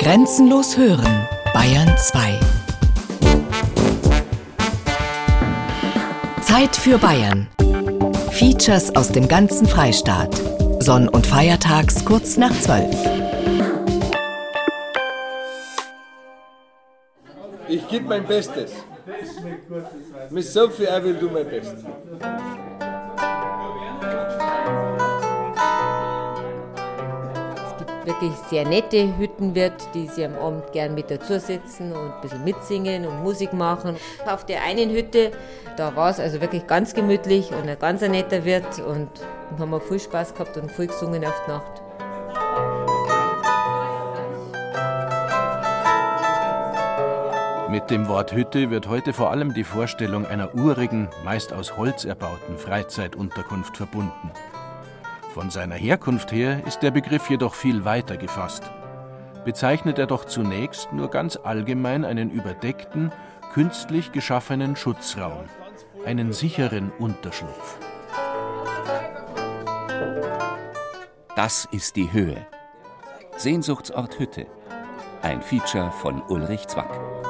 Grenzenlos hören, Bayern 2. Zeit für Bayern. Features aus dem ganzen Freistaat. Sonn- und Feiertags kurz nach 12. Ich gebe mein Bestes. Mit Sophie, I will do my best. Wirklich sehr nette Hüttenwirt, die sich am Abend gern mit dazu sitzen und ein bisschen mitsingen und Musik machen. Auf der einen Hütte, da war es also wirklich ganz gemütlich und ein ganz netter Wirt und haben wir viel Spaß gehabt und viel gesungen auf die Nacht. Mit dem Wort Hütte wird heute vor allem die Vorstellung einer urigen, meist aus Holz erbauten Freizeitunterkunft verbunden. Von seiner Herkunft her ist der Begriff jedoch viel weiter gefasst. Bezeichnet er doch zunächst nur ganz allgemein einen überdeckten, künstlich geschaffenen Schutzraum, einen sicheren Unterschlupf. Das ist die Höhe. Sehnsuchtsort Hütte. Ein Feature von Ulrich Zwack.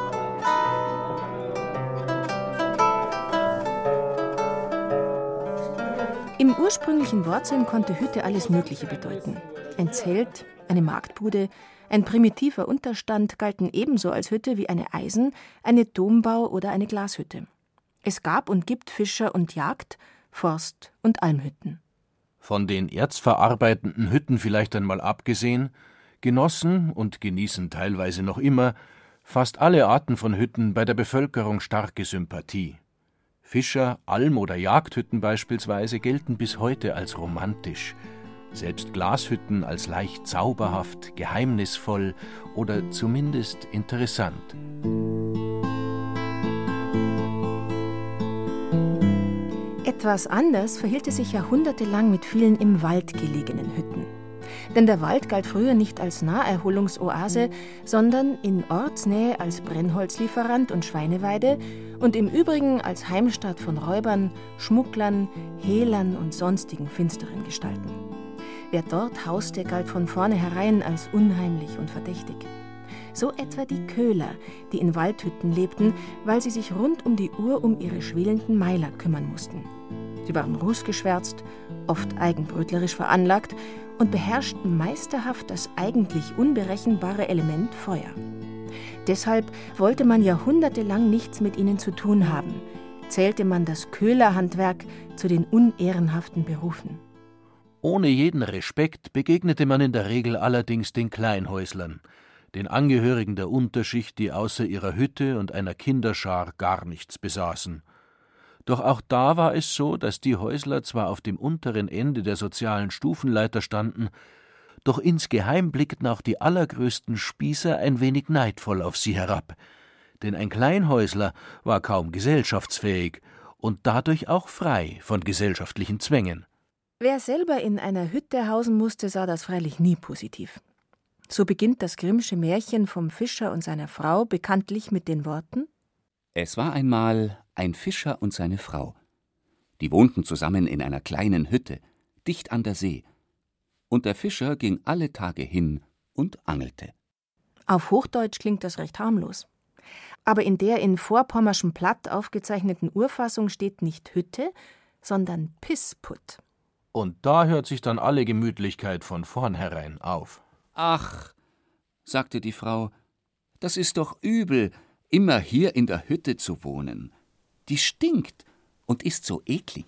Im ursprünglichen Wortsinn konnte Hütte alles Mögliche bedeuten. Ein Zelt, eine Marktbude, ein primitiver Unterstand galten ebenso als Hütte wie eine Eisen-, eine Dombau- oder eine Glashütte. Es gab und gibt Fischer- und Jagd-, Forst- und Almhütten. Von den erzverarbeitenden Hütten vielleicht einmal abgesehen, genossen und genießen teilweise noch immer fast alle Arten von Hütten bei der Bevölkerung starke Sympathie. Fischer-, Alm- oder Jagdhütten beispielsweise gelten bis heute als romantisch, selbst Glashütten als leicht zauberhaft, geheimnisvoll oder zumindest interessant. Etwas anders verhielt es sich jahrhundertelang mit vielen im Wald gelegenen Hütten. Denn der Wald galt früher nicht als Naherholungsoase, sondern in Ortsnähe als Brennholzlieferant und Schweineweide und im Übrigen als Heimstatt von Räubern, Schmugglern, Hehlern und sonstigen finsteren Gestalten. Wer dort hauste, galt von vornherein als unheimlich und verdächtig. So etwa die Köhler, die in Waldhütten lebten, weil sie sich rund um die Uhr um ihre schwelenden Meiler kümmern mussten. Sie waren rußgeschwärzt, oft eigenbrötlerisch veranlagt und beherrschten meisterhaft das eigentlich unberechenbare Element Feuer. Deshalb wollte man jahrhundertelang nichts mit ihnen zu tun haben, zählte man das Köhlerhandwerk zu den unehrenhaften Berufen. Ohne jeden Respekt begegnete man in der Regel allerdings den Kleinhäuslern, den Angehörigen der Unterschicht, die außer ihrer Hütte und einer Kinderschar gar nichts besaßen. Doch auch da war es so, dass die Häusler zwar auf dem unteren Ende der sozialen Stufenleiter standen, doch insgeheim blickten auch die allergrößten Spießer ein wenig neidvoll auf sie herab. Denn ein Kleinhäusler war kaum gesellschaftsfähig und dadurch auch frei von gesellschaftlichen Zwängen. Wer selber in einer Hütte hausen musste, sah das freilich nie positiv. So beginnt das Grimmsche Märchen vom Fischer und seiner Frau bekanntlich mit den Worten: Es war einmal ein Fischer und seine Frau. Die wohnten zusammen in einer kleinen Hütte, dicht an der See. Und der Fischer ging alle Tage hin und angelte. Auf Hochdeutsch klingt das recht harmlos. Aber in der in vorpommerschem Platt aufgezeichneten Urfassung steht nicht Hütte, sondern Pissput. Und da hört sich dann alle Gemütlichkeit von vornherein auf. »Ach«, sagte die Frau, »das ist doch übel, immer hier in der Hütte zu wohnen. Die stinkt und ist so eklig.«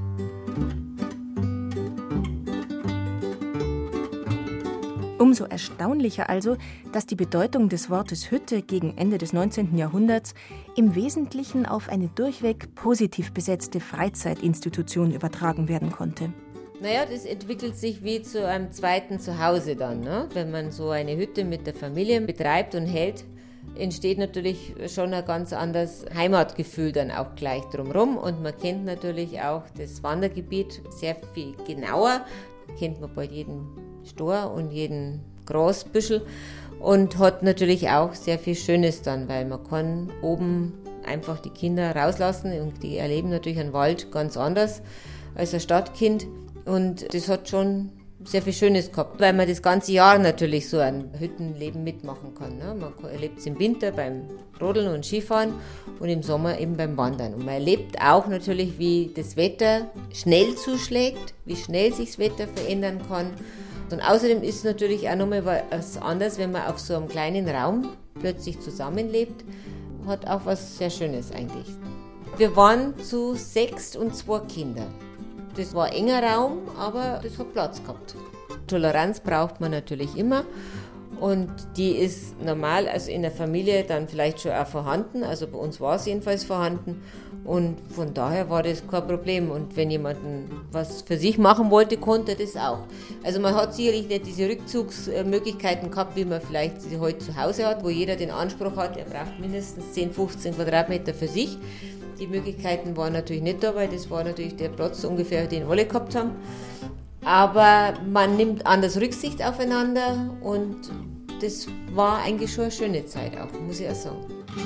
Umso erstaunlicher also, dass die Bedeutung des Wortes Hütte gegen Ende des 19. Jahrhunderts im Wesentlichen auf eine durchweg positiv besetzte Freizeitinstitution übertragen werden konnte. Naja, das entwickelt sich wie zu einem zweiten Zuhause dann, ne? Wenn man so eine Hütte mit der Familie betreibt und hält, entsteht natürlich schon ein ganz anderes Heimatgefühl dann auch gleich drumherum. Und man kennt natürlich auch das Wandergebiet sehr viel genauer. Da kennt man bald jeden Stor und jeden Grasbüschel und hat natürlich auch sehr viel Schönes dann, weil man kann oben einfach die Kinder rauslassen und die erleben natürlich einen Wald ganz anders als ein Stadtkind. Und das hat schon sehr viel Schönes gehabt, weil man das ganze Jahr natürlich so ein Hüttenleben mitmachen kann. Ne? Man erlebt es im Winter beim Rodeln und Skifahren und im Sommer eben beim Wandern. Und man erlebt auch natürlich, wie das Wetter schnell zuschlägt, wie schnell sich das Wetter verändern kann. Und außerdem ist es natürlich auch nochmal was anderes, wenn man auf so einem kleinen Raum plötzlich zusammenlebt. Hat auch was sehr Schönes eigentlich. Wir waren zu 6 und 2 Kinder. Das war ein enger Raum, aber das hat Platz gehabt. Toleranz braucht man natürlich immer und die ist normal, also in der Familie dann vielleicht schon auch vorhanden. Also bei uns war es jedenfalls vorhanden und von daher war das kein Problem. Und wenn jemand was für sich machen wollte, konnte das auch. Also man hat sicherlich nicht diese Rückzugsmöglichkeiten gehabt, wie man vielleicht sie heute zu Hause hat, wo jeder den Anspruch hat, er braucht mindestens 10, 15 Quadratmeter für sich. Die Möglichkeiten waren natürlich nicht da, weil das war natürlich der Platz ungefähr, den alle gehabt haben. Aber man nimmt anders Rücksicht aufeinander und das war eigentlich schon eine schöne Zeit auch, muss ich auch sagen.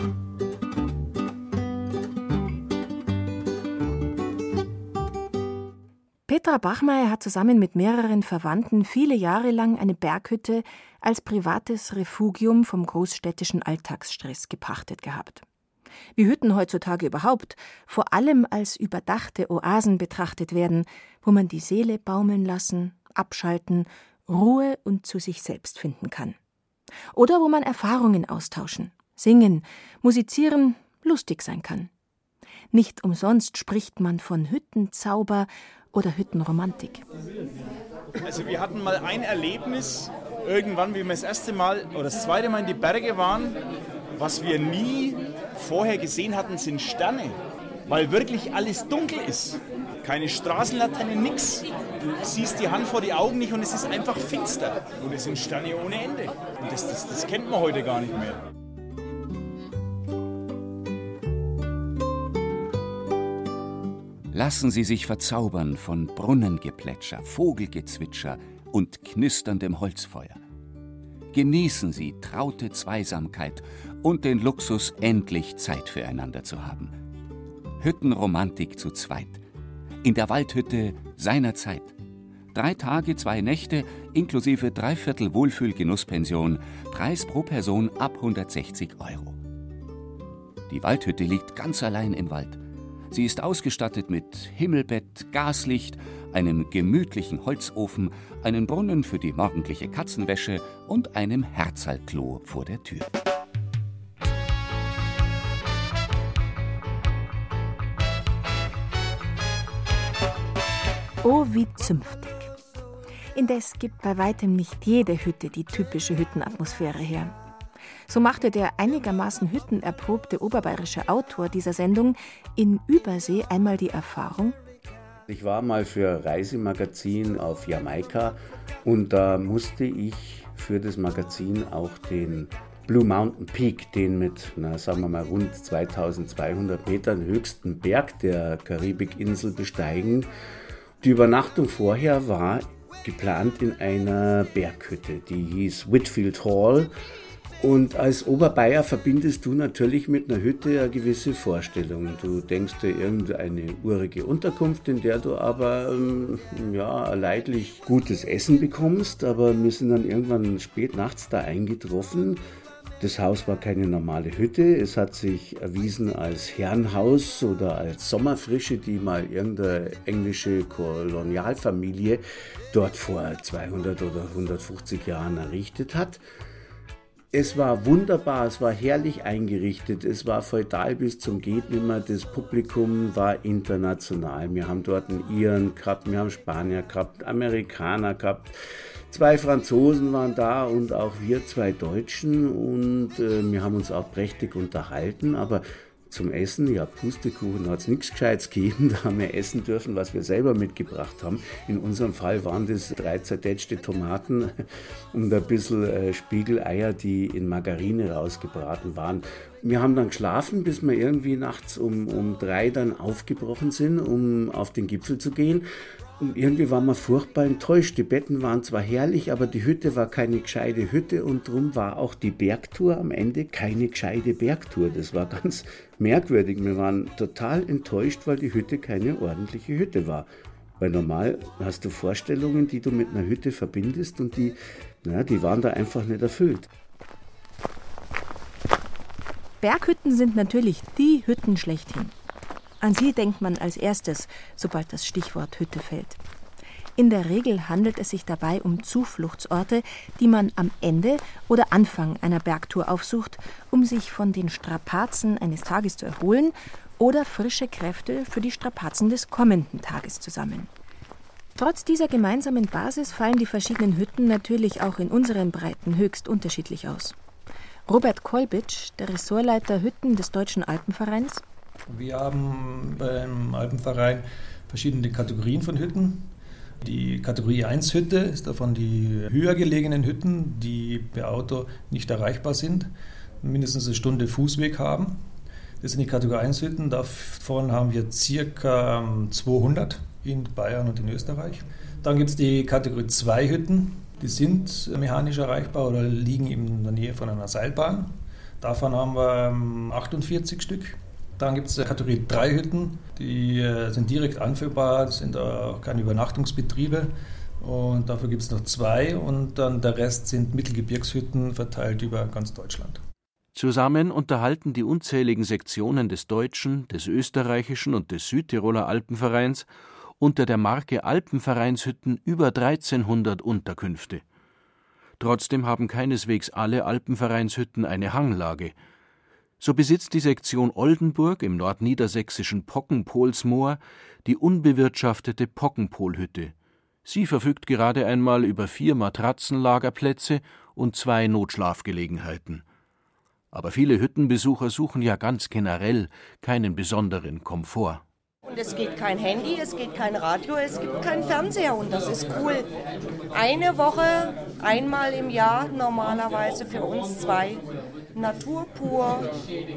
Petra Bachmeier hat zusammen mit mehreren Verwandten viele Jahre lang eine Berghütte als privates Refugium vom großstädtischen Alltagsstress gepachtet gehabt. Wie Hütten heutzutage überhaupt vor allem als überdachte Oasen betrachtet werden, wo man die Seele baumeln lassen, abschalten, Ruhe und zu sich selbst finden kann. Oder wo man Erfahrungen austauschen, singen, musizieren, lustig sein kann. Nicht umsonst spricht man von Hüttenzauber oder Hüttenromantik. Also wir hatten mal ein Erlebnis, irgendwann, wie wir das erste Mal oder das zweite Mal in die Berge waren, was wir nie vorher gesehen hatten, sind Sterne, weil wirklich alles dunkel ist. Keine Straßenlaterne, nix. Du siehst die Hand vor die Augen nicht und es ist einfach finster. Und es sind Sterne ohne Ende. Und das kennt man heute gar nicht mehr. Lassen Sie sich verzaubern von Brunnengeplätscher, Vogelgezwitscher und knisterndem Holzfeuer. Genießen Sie traute Zweisamkeit und den Luxus, endlich Zeit füreinander zu haben. Hüttenromantik zu zweit. In der Waldhütte seiner Zeit. 3 Tage, 2 Nächte, inklusive 3/4 Wohlfühl-Genusspension, Preis pro Person ab 160 €. Die Waldhütte liegt ganz allein im Wald. Sie ist ausgestattet mit Himmelbett, Gaslicht, einem gemütlichen Holzofen, einen Brunnen für die morgendliche Katzenwäsche und einem Herzalklo vor der Tür. Oh, wie zünftig. Indes gibt bei weitem nicht jede Hütte die typische Hüttenatmosphäre her. So machte der einigermaßen hüttenerprobte oberbayerische Autor dieser Sendung in Übersee einmal die Erfahrung: Ich war mal für ein Reisemagazin auf Jamaika und da musste ich für das Magazin auch den Blue Mountain Peak, den mit, sagen wir mal, rund 2200 Metern höchsten Berg der Karibikinsel besteigen. Die Übernachtung vorher war geplant in einer Berghütte, die hieß Whitfield Hall. Und als Oberbayer verbindest du natürlich mit einer Hütte eine gewisse Vorstellung. Du denkst dir irgendeine urige Unterkunft, in der du aber leidlich gutes Essen bekommst. Aber wir sind dann irgendwann spät nachts da eingetroffen. Das Haus war keine normale Hütte. Es hat sich erwiesen als Herrenhaus oder als Sommerfrische, die mal irgendeine englische Kolonialfamilie dort vor 200 oder 150 Jahren errichtet hat. Es war wunderbar, es war herrlich eingerichtet, es war feudal bis zum Gehtnimmer, das Publikum war international. Wir haben dort einen Iren gehabt, wir haben Spanier gehabt, Amerikaner gehabt, 2 Franzosen waren da und auch wir 2 Deutschen und wir haben uns auch prächtig unterhalten, aber zum Essen, ja, Pustekuchen hat es nichts Gescheites gegeben, da haben wir essen dürfen, was wir selber mitgebracht haben. In unserem Fall waren das 3 zertätschte Tomaten und ein bisschen Spiegeleier, die in Margarine rausgebraten waren. Wir haben dann geschlafen, bis wir irgendwie nachts um 3 dann aufgebrochen sind, um auf den Gipfel zu gehen. Und irgendwie waren wir furchtbar enttäuscht. Die Betten waren zwar herrlich, aber die Hütte war keine gescheite Hütte und darum war auch die Bergtour am Ende keine gescheite Bergtour. Das war ganz merkwürdig. Wir waren total enttäuscht, weil die Hütte keine ordentliche Hütte war. Weil normal hast du Vorstellungen, die du mit einer Hütte verbindest und die waren da einfach nicht erfüllt. Berghütten sind natürlich die Hütten schlechthin. An sie denkt man als erstes, sobald das Stichwort Hütte fällt. In der Regel handelt es sich dabei um Zufluchtsorte, die man am Ende oder Anfang einer Bergtour aufsucht, um sich von den Strapazen eines Tages zu erholen oder frische Kräfte für die Strapazen des kommenden Tages zu sammeln. Trotz dieser gemeinsamen Basis fallen die verschiedenen Hütten natürlich auch in unseren Breiten höchst unterschiedlich aus. Robert Kolbitsch, der Ressortleiter Hütten des Deutschen Alpenvereins. Wir haben beim Alpenverein verschiedene Kategorien von Hütten. Die Kategorie 1 Hütte ist davon die höher gelegenen Hütten, die per Auto nicht erreichbar sind, mindestens eine Stunde Fußweg haben. Das sind die Kategorie 1 Hütten, davon haben wir ca. 200 in Bayern und in Österreich. Dann gibt es die Kategorie 2 Hütten. Die sind mechanisch erreichbar oder liegen in der Nähe von einer Seilbahn. Davon haben wir 48 Stück. Dann gibt es Kategorie 3 Hütten, die sind direkt anführbar, das sind auch keine Übernachtungsbetriebe. Und dafür gibt es noch 2 und dann der Rest sind Mittelgebirgshütten verteilt über ganz Deutschland. Zusammen unterhalten die unzähligen Sektionen des Deutschen, des Österreichischen und des Südtiroler Alpenvereins unter der Marke Alpenvereinshütten über 1300 Unterkünfte. Trotzdem haben keineswegs alle Alpenvereinshütten eine Hanglage. So besitzt die Sektion Oldenburg im nordniedersächsischen Pockenpolsmoor die unbewirtschaftete Pockenpolhütte. Sie verfügt gerade einmal über 4 Matratzenlagerplätze und 2 Notschlafgelegenheiten. Aber viele Hüttenbesucher suchen ja ganz generell keinen besonderen Komfort. Und es geht kein Handy, es geht kein Radio, es gibt keinen Fernseher und das ist cool. Eine Woche, einmal im Jahr normalerweise für uns 2. Natur pur,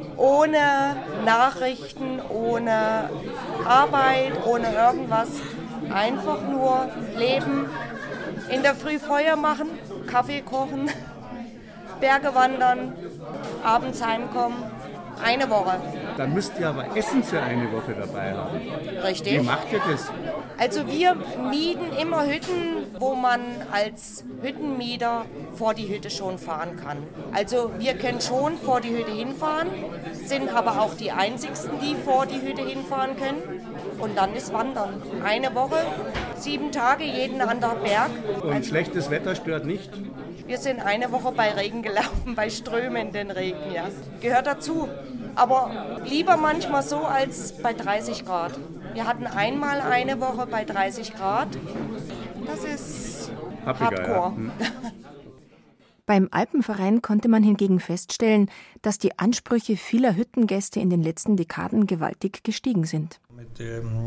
ohne Nachrichten, ohne Arbeit, ohne irgendwas. Einfach nur leben, in der Früh Feuer machen, Kaffee kochen, Berge wandern, abends heimkommen. Eine Woche. Dann müsst ihr aber Essen für eine Woche dabei haben. Richtig. Wie macht ihr das? Also wir mieten immer Hütten, wo man als Hüttenmieter vor die Hütte schon fahren kann. Also wir können schon vor die Hütte hinfahren, sind aber auch die einzigsten, die vor die Hütte hinfahren können. Und dann ist Wandern. Eine Woche, 7 Tage, jeden anderen Berg. Und schlechtes Wetter stört nicht? Wir sind eine Woche bei Regen gelaufen, bei strömenden Regen, ja. Gehört dazu. Aber lieber manchmal so als bei 30 Grad. Wir hatten einmal eine Woche bei 30 Grad. Das ist Hardcore. Ja. Beim Alpenverein konnte man hingegen feststellen, dass die Ansprüche vieler Hüttengäste in den letzten Dekaden gewaltig gestiegen sind. Mit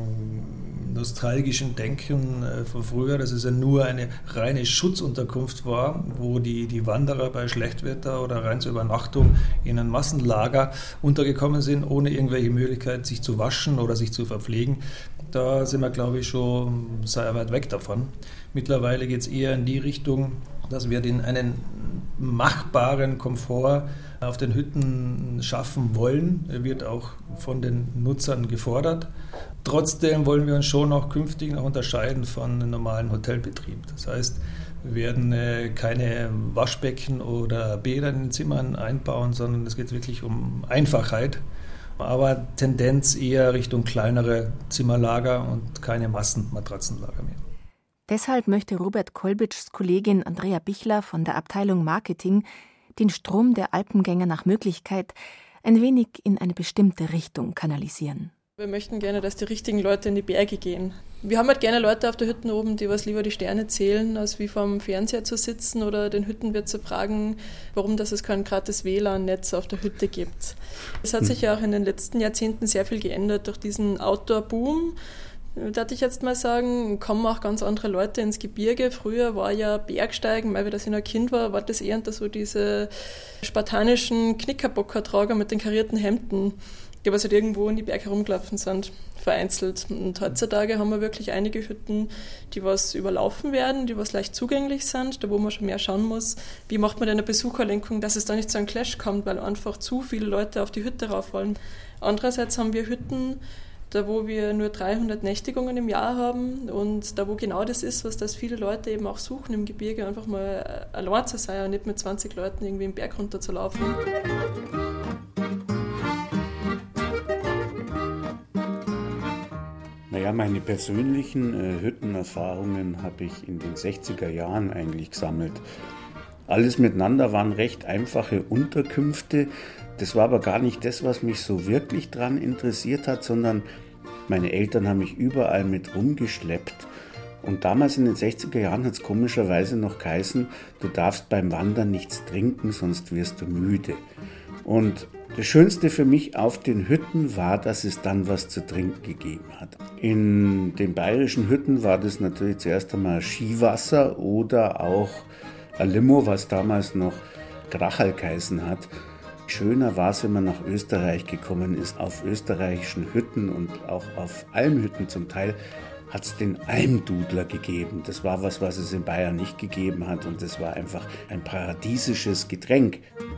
dem nostalgischen Denken von früher, dass es ja nur eine reine Schutzunterkunft war, wo die Wanderer bei Schlechtwetter oder rein zur Übernachtung in ein Massenlager untergekommen sind, ohne irgendwelche Möglichkeit, sich zu waschen oder sich zu verpflegen. Da sind wir, glaube ich, schon sehr weit weg davon. Mittlerweile geht es eher in die Richtung, dass wir einen machbaren Komfort auf den Hütten schaffen wollen. Er wird auch von den Nutzern gefordert. Trotzdem wollen wir uns schon auch künftig noch unterscheiden von einem normalen Hotelbetrieb. Das heißt, wir werden keine Waschbecken oder Bäder in den Zimmern einbauen, sondern es geht wirklich um Einfachheit. Aber Tendenz eher Richtung kleinere Zimmerlager und keine Massenmatratzenlager mehr. Deshalb möchte Robert Kolbitschs Kollegin Andrea Bichler von der Abteilung Marketing den Strom der Alpengänger nach Möglichkeit ein wenig in eine bestimmte Richtung kanalisieren. Wir möchten gerne, dass die richtigen Leute in die Berge gehen. Wir haben halt gerne Leute auf der Hütte oben, die was lieber die Sterne zählen, als wie vorm Fernseher zu sitzen oder den Hüttenwirt zu fragen, warum es kein gratis WLAN-Netz auf der Hütte gibt. Es hat sich ja auch in den letzten Jahrzehnten sehr viel geändert durch diesen Outdoor-Boom. Da würde ich jetzt mal sagen, kommen auch ganz andere Leute ins Gebirge. Früher war ja Bergsteigen, weil ich ein Kind war das eher so diese spartanischen Knickerbockertrager mit den karierten Hemden, die was halt irgendwo in die Berge herumgelaufen sind, vereinzelt. Und heutzutage haben wir wirklich einige Hütten, die was überlaufen werden, die was leicht zugänglich sind, da wo man schon mehr schauen muss, wie macht man denn eine Besucherlenkung, dass es da nicht zu einem Clash kommt, weil einfach zu viele Leute auf die Hütte rauf wollen. Andererseits haben wir Hütten, da wo wir nur 300 Nächtigungen im Jahr haben und da wo genau das ist, was das viele Leute eben auch suchen im Gebirge, einfach mal allein zu sein und nicht mit 20 Leuten irgendwie den Berg runter zu laufen. Naja, meine persönlichen Hüttenerfahrungen habe ich in den 60er Jahren eigentlich gesammelt. Alles miteinander waren recht einfache Unterkünfte. Das war aber gar nicht das, was mich so wirklich dran interessiert hat, sondern meine Eltern haben mich überall mit rumgeschleppt. Und damals in den 60er Jahren hat es komischerweise noch geheißen, du darfst beim Wandern nichts trinken, sonst wirst du müde. Und das Schönste für mich auf den Hütten war, dass es dann was zu trinken gegeben hat. In den bayerischen Hütten war das natürlich zuerst einmal Skiwasser oder auch ein Limo, was damals noch Grachal geheißen hat. Schöner war es, wenn man nach Österreich gekommen ist. Auf österreichischen Hütten und auch auf Almhütten zum Teil hat es den Almdudler gegeben. Das war was es in Bayern nicht gegeben hat und das war einfach ein paradiesisches Getränk.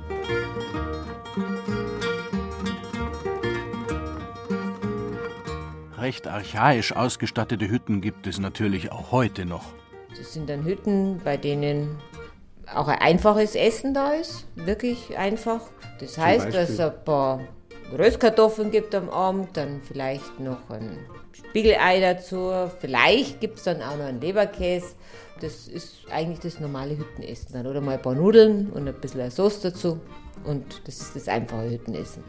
Recht archaisch ausgestattete Hütten gibt es natürlich auch heute noch. Das sind dann Hütten, bei denen auch ein einfaches Essen da ist, wirklich einfach. Das heißt, dass es ein paar Röstkartoffeln gibt am Abend, dann vielleicht noch ein Spiegelei dazu, vielleicht gibt es dann auch noch einen Leberkäse. Das ist eigentlich das normale Hüttenessen dann. Oder mal ein paar Nudeln und ein bisschen Sauce dazu und das ist das einfache Hüttenessen.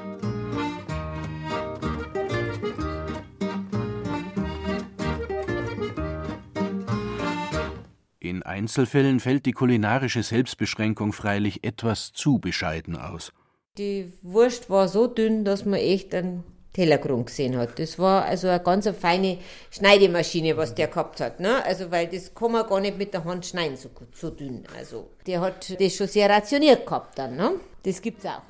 In Einzelfällen fällt die kulinarische Selbstbeschränkung freilich etwas zu bescheiden aus. Die Wurst war so dünn, dass man echt einen Tellergrund gesehen hat. Das war also eine ganz feine Schneidemaschine, was der gehabt hat. Ne? Also, weil das kann man gar nicht mit der Hand schneiden, so dünn. Also, der hat das schon sehr rationiert gehabt dann. Ne? Das gibt's auch.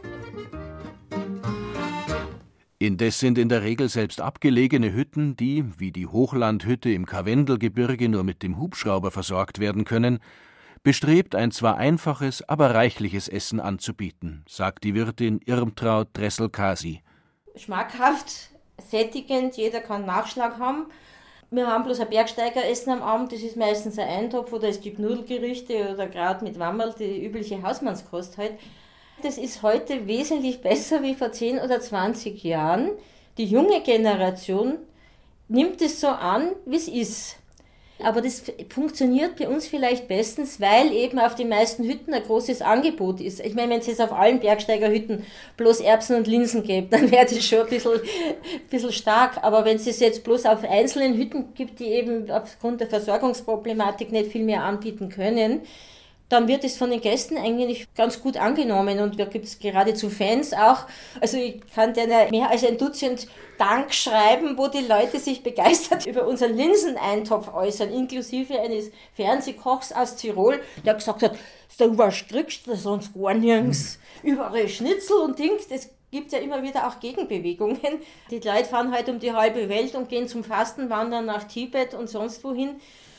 Indes sind in der Regel selbst abgelegene Hütten, die, wie die Hochlandhütte im Karwendelgebirge, nur mit dem Hubschrauber versorgt werden können, bestrebt, ein zwar einfaches, aber reichliches Essen anzubieten, sagt die Wirtin Irmtraut Dressel-Kasi. Schmackhaft, sättigend, jeder kann Nachschlag haben. Wir haben bloß ein Bergsteigeressen am Abend, das ist meistens ein Eintopf oder es gibt Nudelgerichte oder Kraut mit Wammerl, die übliche Hausmannskost halt. Das ist heute wesentlich besser wie vor 10 oder 20 Jahren. Die junge Generation nimmt es so an, wie es ist. Aber das funktioniert bei uns vielleicht bestens, weil eben auf den meisten Hütten ein großes Angebot ist. Ich meine, wenn es jetzt auf allen Bergsteigerhütten bloß Erbsen und Linsen gibt, dann wäre das schon ein bisschen stark. Aber wenn es es jetzt bloß auf einzelnen Hütten gibt, die eben aufgrund der Versorgungsproblematik nicht viel mehr anbieten können, dann wird es von den Gästen eigentlich ganz gut angenommen und da gibt es geradezu Fans auch. Also ich kann denen mehr als ein Dutzend Dank schreiben, wo die Leute sich begeistert über unseren Linseneintopf äußern, inklusive eines Fernsehkochs aus Tirol, der gesagt hat, so was kriegst du sonst gar nirgends. Überall Schnitzel und Dings, das gibt ja immer wieder auch Gegenbewegungen. Die Leute fahren halt um die halbe Welt und gehen zum Fastenwandern nach Tibet und sonst wohin.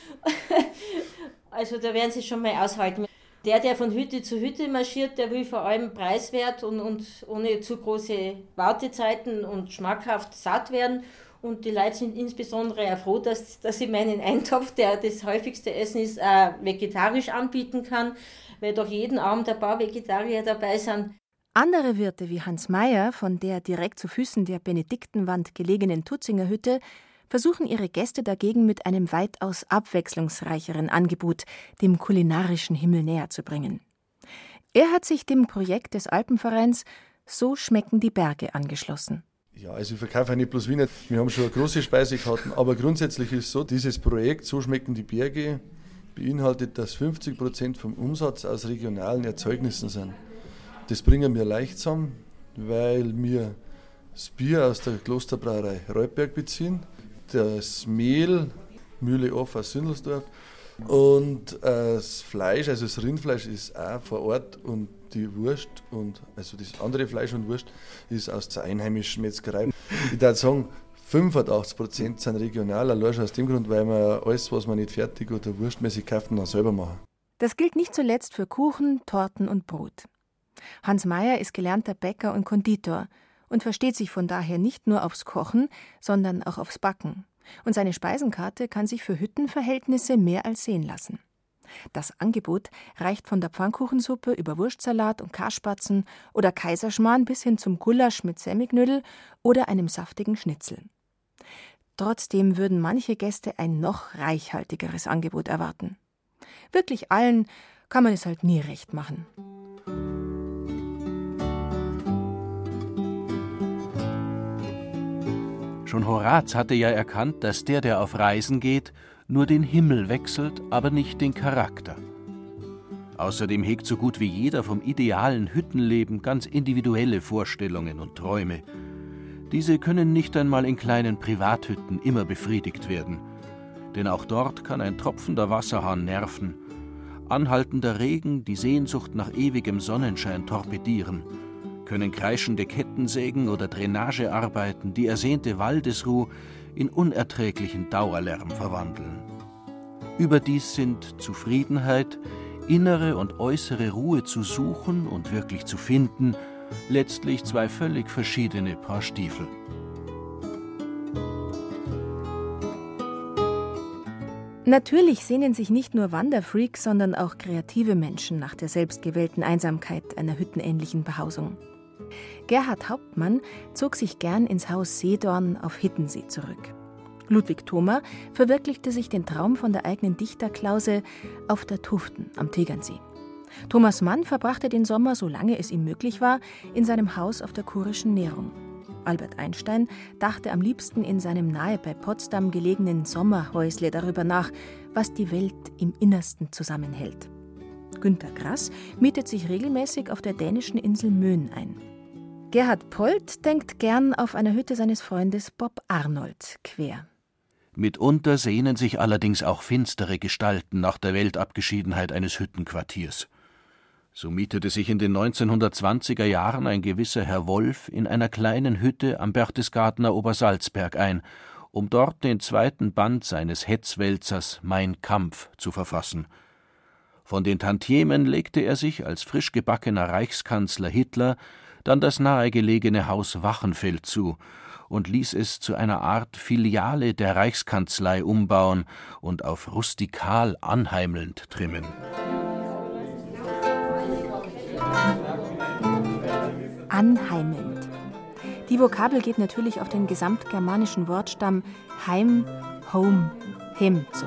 Also da werden sie schon mal aushalten. Der von Hütte zu Hütte marschiert, der will vor allem preiswert und ohne zu große Wartezeiten und schmackhaft satt werden. Und die Leute sind insbesondere auch froh, dass ich meinen Eintopf, der das häufigste Essen ist, vegetarisch anbieten kann, weil doch jeden Abend ein paar Vegetarier dabei sind. Andere Wirte wie Hans Meyer von der direkt zu Füßen der Benediktenwand gelegenen Tutzinger Hütte versuchen ihre Gäste dagegen mit einem weitaus abwechslungsreicheren Angebot dem kulinarischen Himmel näher zu bringen. Er hat sich dem Projekt des Alpenvereins So schmecken die Berge angeschlossen. Ja, also ich verkaufe nicht bloß Wiener. Wir haben schon eine große Speisekarten, aber grundsätzlich ist es so, dieses Projekt So schmecken die Berge beinhaltet, dass 50% vom Umsatz aus regionalen Erzeugnissen sind. Das bringen wir leicht zusammen, weil wir das Bier aus der Klosterbrauerei Reutberg beziehen, das Mehl, Mühle Off aus Sündelsdorf und das Fleisch, also das Rindfleisch ist auch vor Ort und die Wurst und also das andere Fleisch und Wurst ist aus der einheimischen Metzgerei. Ich würde sagen, 85% sind regional, allein schon aus dem Grund, weil wir alles, was wir nicht fertig oder wurstmäßig kaufen, dann selber machen. Das gilt nicht zuletzt für Kuchen, Torten und Brot. Hans Meyer ist gelernter Bäcker und Konditor und versteht sich von daher nicht nur aufs Kochen, sondern auch aufs Backen. Und seine Speisenkarte kann sich für Hüttenverhältnisse mehr als sehen lassen. Das Angebot reicht von der Pfannkuchensuppe über Wurstsalat und Karspatzen oder Kaiserschmarrn bis hin zum Gulasch mit Semmelknödel oder einem saftigen Schnitzel. Trotzdem würden manche Gäste ein noch reichhaltigeres Angebot erwarten. Wirklich allen kann man es halt nie recht machen. Schon Horaz hatte ja erkannt, dass der auf Reisen geht, nur den Himmel wechselt, aber nicht den Charakter. Außerdem hegt so gut wie jeder vom idealen Hüttenleben ganz individuelle Vorstellungen und Träume. Diese können nicht einmal in kleinen Privathütten immer befriedigt werden. Denn auch dort kann ein tropfender Wasserhahn nerven, anhaltender Regen die Sehnsucht nach ewigem Sonnenschein torpedieren, können kreischende Kettensägen oder Drainagearbeiten die ersehnte Waldesruh in unerträglichen Dauerlärm verwandeln. Überdies sind Zufriedenheit, innere und äußere Ruhe zu suchen und wirklich zu finden, letztlich zwei völlig verschiedene Paar Stiefel. Natürlich sehnen sich nicht nur Wanderfreaks, sondern auch kreative Menschen nach der selbstgewählten Einsamkeit einer hüttenähnlichen Behausung. Gerhard Hauptmann zog sich gern ins Haus Seedorn auf Hittensee zurück. Ludwig Thoma verwirklichte sich den Traum von der eigenen Dichterklause auf der Tuften am Tegernsee. Thomas Mann verbrachte den Sommer, solange es ihm möglich war, in seinem Haus auf der Kurischen Nährung. Albert Einstein dachte am liebsten in seinem nahe bei Potsdam gelegenen Sommerhäusle darüber nach, was die Welt im Innersten zusammenhält. Günter Grass mietet sich regelmäßig auf der dänischen Insel Möen ein. Gerhard Polt denkt gern auf einer Hütte seines Freundes Bob Arnold quer. Mitunter sehnen sich allerdings auch finstere Gestalten nach der Weltabgeschiedenheit eines Hüttenquartiers. So mietete sich in den 1920er Jahren ein gewisser Herr Wolf in einer kleinen Hütte am Berchtesgadener Obersalzberg ein, um dort den zweiten Band seines Hetzwälzers »Mein Kampf« zu verfassen. Von den Tantiemen legte er sich als frisch gebackener Reichskanzler Hitler dann das nahegelegene Haus Wachenfeld zu und ließ es zu einer Art Filiale der Reichskanzlei umbauen und auf rustikal anheimelnd trimmen. Anheimelnd. Die Vokabel geht natürlich auf den gesamtgermanischen Wortstamm Heim, Home, Hem zurück.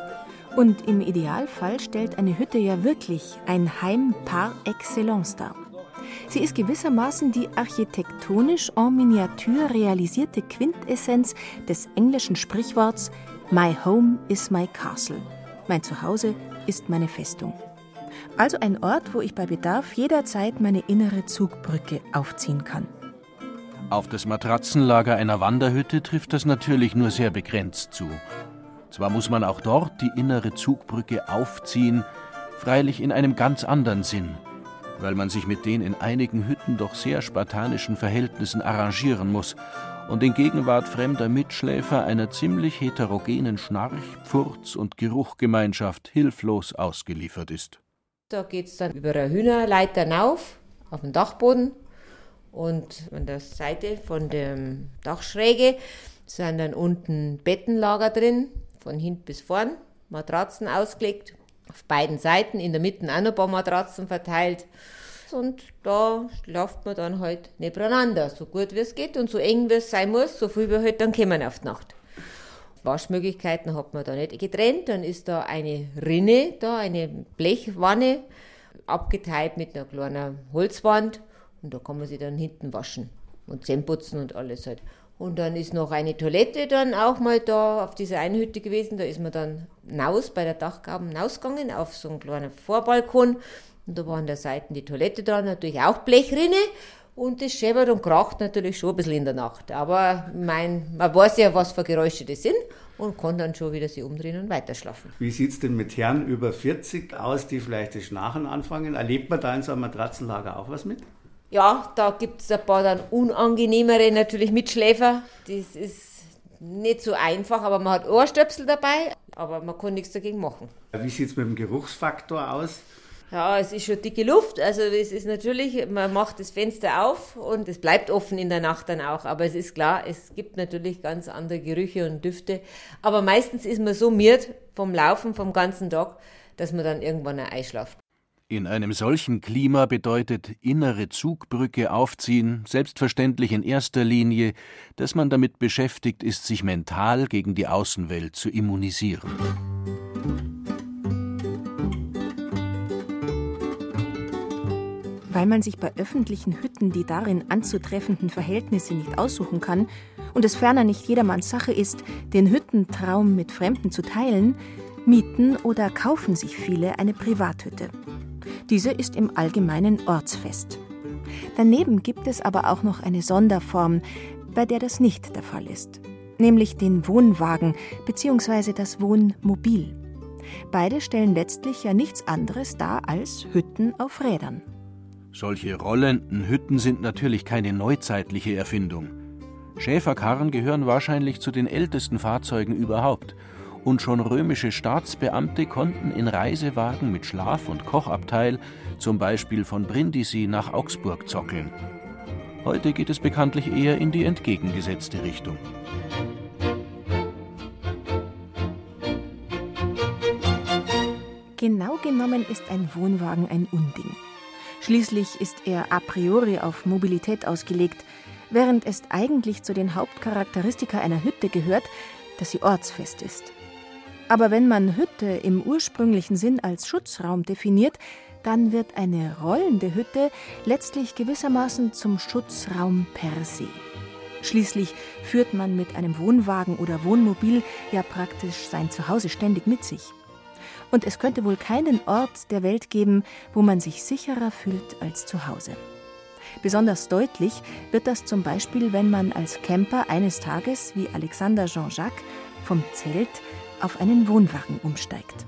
Und im Idealfall stellt eine Hütte ja wirklich ein Heim par excellence dar. Sie ist gewissermaßen die architektonisch en miniature realisierte Quintessenz des englischen Sprichworts My home is my castle. Mein Zuhause ist meine Festung. Also ein Ort, wo ich bei Bedarf jederzeit meine innere Zugbrücke aufziehen kann. Auf das Matratzenlager einer Wanderhütte trifft das natürlich nur sehr begrenzt zu. Zwar muss man auch dort die innere Zugbrücke aufziehen, freilich in einem ganz anderen Sinn, weil man sich mit den in einigen Hütten doch sehr spartanischen Verhältnissen arrangieren muss und in Gegenwart fremder Mitschläfer einer ziemlich heterogenen Schnarch-, Pfurz- und Geruchgemeinschaft hilflos ausgeliefert ist. Da geht es dann über eine Hühnerleiter hinauf, auf den Dachboden, und an der Seite von der Dachschräge sind dann unten Bettenlager drin, von hinten bis vorn, Matratzen ausgelegt, auf beiden Seiten, in der Mitte auch noch ein paar Matratzen verteilt. Und da schlaft man dann halt nebeneinander, so gut wie es geht und so eng wie es sein muss, so viel wir halt dann kommen auf die Nacht. Waschmöglichkeiten hat man da nicht getrennt, dann ist da eine Rinne, eine Blechwanne, abgeteilt mit einer kleinen Holzwand, und da kann man sich dann hinten waschen und Zähne putzen und alles halt. Und dann ist noch eine Toilette dann auch mal da auf dieser Einhütte gewesen, da ist man dann hinaus bei der Dachgaben hinausgegangen auf so einen kleinen Vorbalkon, und da war an der Seite die Toilette dran, natürlich auch Blechrinne. Und das scheppert und kracht natürlich schon ein bisschen in der Nacht. Aber man weiß ja, was für Geräusche das sind, und kann dann schon wieder sich umdrehen und weiterschlafen. Wie sieht es denn mit Herren über 40 aus, die vielleicht das Schnarchen anfangen? Erlebt man da in so einem Matratzenlager auch was mit? Ja, da gibt es ein paar dann unangenehmere natürlich Mitschläfer. Das ist nicht so einfach, aber man hat Ohrstöpsel dabei, aber man kann nichts dagegen machen. Wie sieht es mit dem Geruchsfaktor aus? Ja, es ist schon dicke Luft, also es ist natürlich, man macht das Fenster auf und es bleibt offen in der Nacht dann auch, aber es ist klar, es gibt natürlich ganz andere Gerüche und Düfte, aber meistens ist man so müde vom Laufen, vom ganzen Tag, dass man dann irgendwann einschlaft. In einem solchen Klima bedeutet innere Zugbrücke aufziehen selbstverständlich in erster Linie, dass man damit beschäftigt ist, sich mental gegen die Außenwelt zu immunisieren. Weil man sich bei öffentlichen Hütten die darin anzutreffenden Verhältnisse nicht aussuchen kann und es ferner nicht jedermanns Sache ist, den Hüttentraum mit Fremden zu teilen, mieten oder kaufen sich viele eine Privathütte. Diese ist im Allgemeinen ortsfest. Daneben gibt es aber auch noch eine Sonderform, bei der das nicht der Fall ist, nämlich den Wohnwagen bzw. das Wohnmobil. Beide stellen letztlich ja nichts anderes dar als Hütten auf Rädern. Solche rollenden Hütten sind natürlich keine neuzeitliche Erfindung. Schäferkarren gehören wahrscheinlich zu den ältesten Fahrzeugen überhaupt. Und schon römische Staatsbeamte konnten in Reisewagen mit Schlaf- und Kochabteil zum Beispiel von Brindisi nach Augsburg zockeln. Heute geht es bekanntlich eher in die entgegengesetzte Richtung. Genau genommen ist ein Wohnwagen ein Unding. Schließlich ist er a priori auf Mobilität ausgelegt, während es eigentlich zu den Hauptcharakteristika einer Hütte gehört, dass sie ortsfest ist. Aber wenn man Hütte im ursprünglichen Sinn als Schutzraum definiert, dann wird eine rollende Hütte letztlich gewissermaßen zum Schutzraum per se. Schließlich führt man mit einem Wohnwagen oder Wohnmobil ja praktisch sein Zuhause ständig mit sich. Und es könnte wohl keinen Ort der Welt geben, wo man sich sicherer fühlt als zu Hause. Besonders deutlich wird das zum Beispiel, wenn man als Camper eines Tages, wie Alexander Jean-Jacques, vom Zelt auf einen Wohnwagen umsteigt.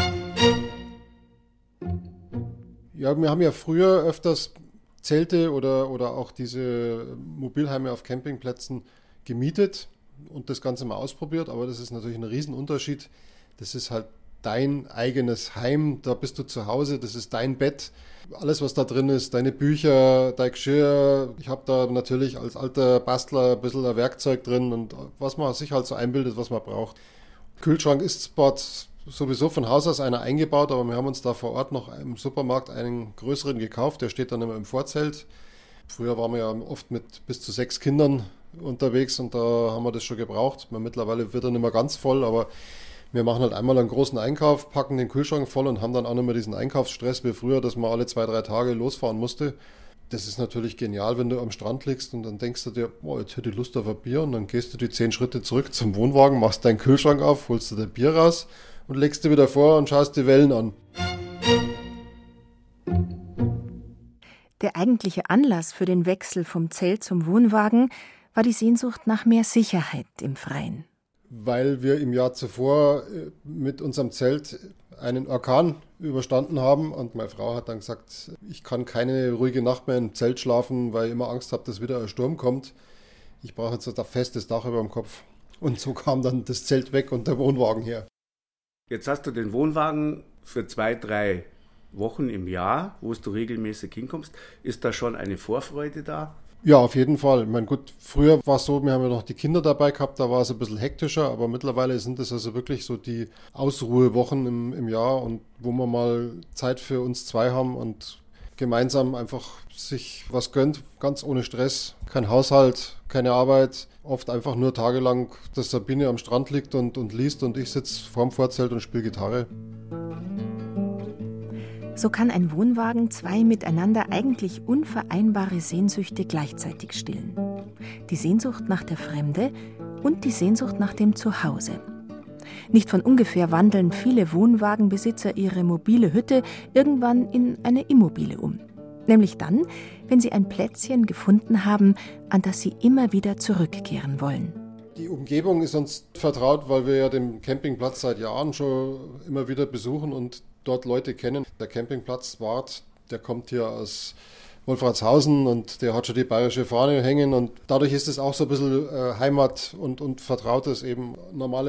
Ja, wir haben ja früher öfters Zelte oder auch diese Mobilheime auf Campingplätzen gemietet und das Ganze mal ausprobiert, aber das ist natürlich ein Riesenunterschied. Das ist halt dein eigenes Heim, da bist du zu Hause, das ist dein Bett. Alles, was da drin ist, deine Bücher, dein Geschirr. Ich habe da natürlich als alter Bastler ein bisschen ein Werkzeug drin und was man sich halt so einbildet, was man braucht. Kühlschrank ist dort sowieso von Haus aus einer eingebaut, aber wir haben uns da vor Ort noch im Supermarkt einen größeren gekauft, der steht dann immer im Vorzelt. Früher waren wir ja oft mit bis zu 6 Kindern unterwegs und da haben wir das schon gebraucht. Mittlerweile wird er nicht mehr ganz voll, aber wir machen halt einmal einen großen Einkauf, packen den Kühlschrank voll und haben dann auch nicht mehr diesen Einkaufsstress wie früher, dass man alle 2-3 Tage losfahren musste. Das ist natürlich genial, wenn du am Strand liegst und dann denkst du dir, oh, jetzt hätte ich Lust auf ein Bier und dann gehst du die 10 Schritte zurück zum Wohnwagen, machst deinen Kühlschrank auf, holst dir dein Bier raus und legst dir wieder vor und schaust die Wellen an. Der eigentliche Anlass für den Wechsel vom Zelt zum Wohnwagen war die Sehnsucht nach mehr Sicherheit im Freien. Weil wir im Jahr zuvor mit unserem Zelt einen Orkan überstanden haben und meine Frau hat dann gesagt, ich kann keine ruhige Nacht mehr im Zelt schlafen, weil ich immer Angst habe, dass wieder ein Sturm kommt. Ich brauche jetzt ein festes Dach über dem Kopf. Und so kam dann das Zelt weg und der Wohnwagen her. Jetzt hast du den Wohnwagen für 2-3 Wochen im Jahr, wo du regelmäßig hinkommst. Ist da schon eine Vorfreude da? Ja, auf jeden Fall. Ich meine, gut, früher war es so, wir haben ja noch die Kinder dabei gehabt, da war es ein bisschen hektischer, aber mittlerweile sind es also wirklich so die Ausruhewochen im Jahr und wo wir mal Zeit für uns zwei haben und gemeinsam einfach sich was gönnt, ganz ohne Stress, kein Haushalt, keine Arbeit, oft einfach nur tagelang, dass Sabine am Strand liegt und liest und ich sitze vorm Vorzelt und spiele Gitarre. So kann ein Wohnwagen 2 miteinander eigentlich unvereinbare Sehnsüchte gleichzeitig stillen. Die Sehnsucht nach der Fremde und die Sehnsucht nach dem Zuhause. Nicht von ungefähr wandeln viele Wohnwagenbesitzer ihre mobile Hütte irgendwann in eine Immobile um. Nämlich dann, wenn sie ein Plätzchen gefunden haben, an das sie immer wieder zurückkehren wollen. Die Umgebung ist uns vertraut, weil wir ja den Campingplatz seit Jahren schon immer wieder besuchen und dort Leute kennen. Der Campingplatzwart, der kommt hier aus Wolfratshausen und der hat schon die bayerische Fahne hängen und dadurch ist es auch so ein bisschen Heimat und Vertrautes eben. Normale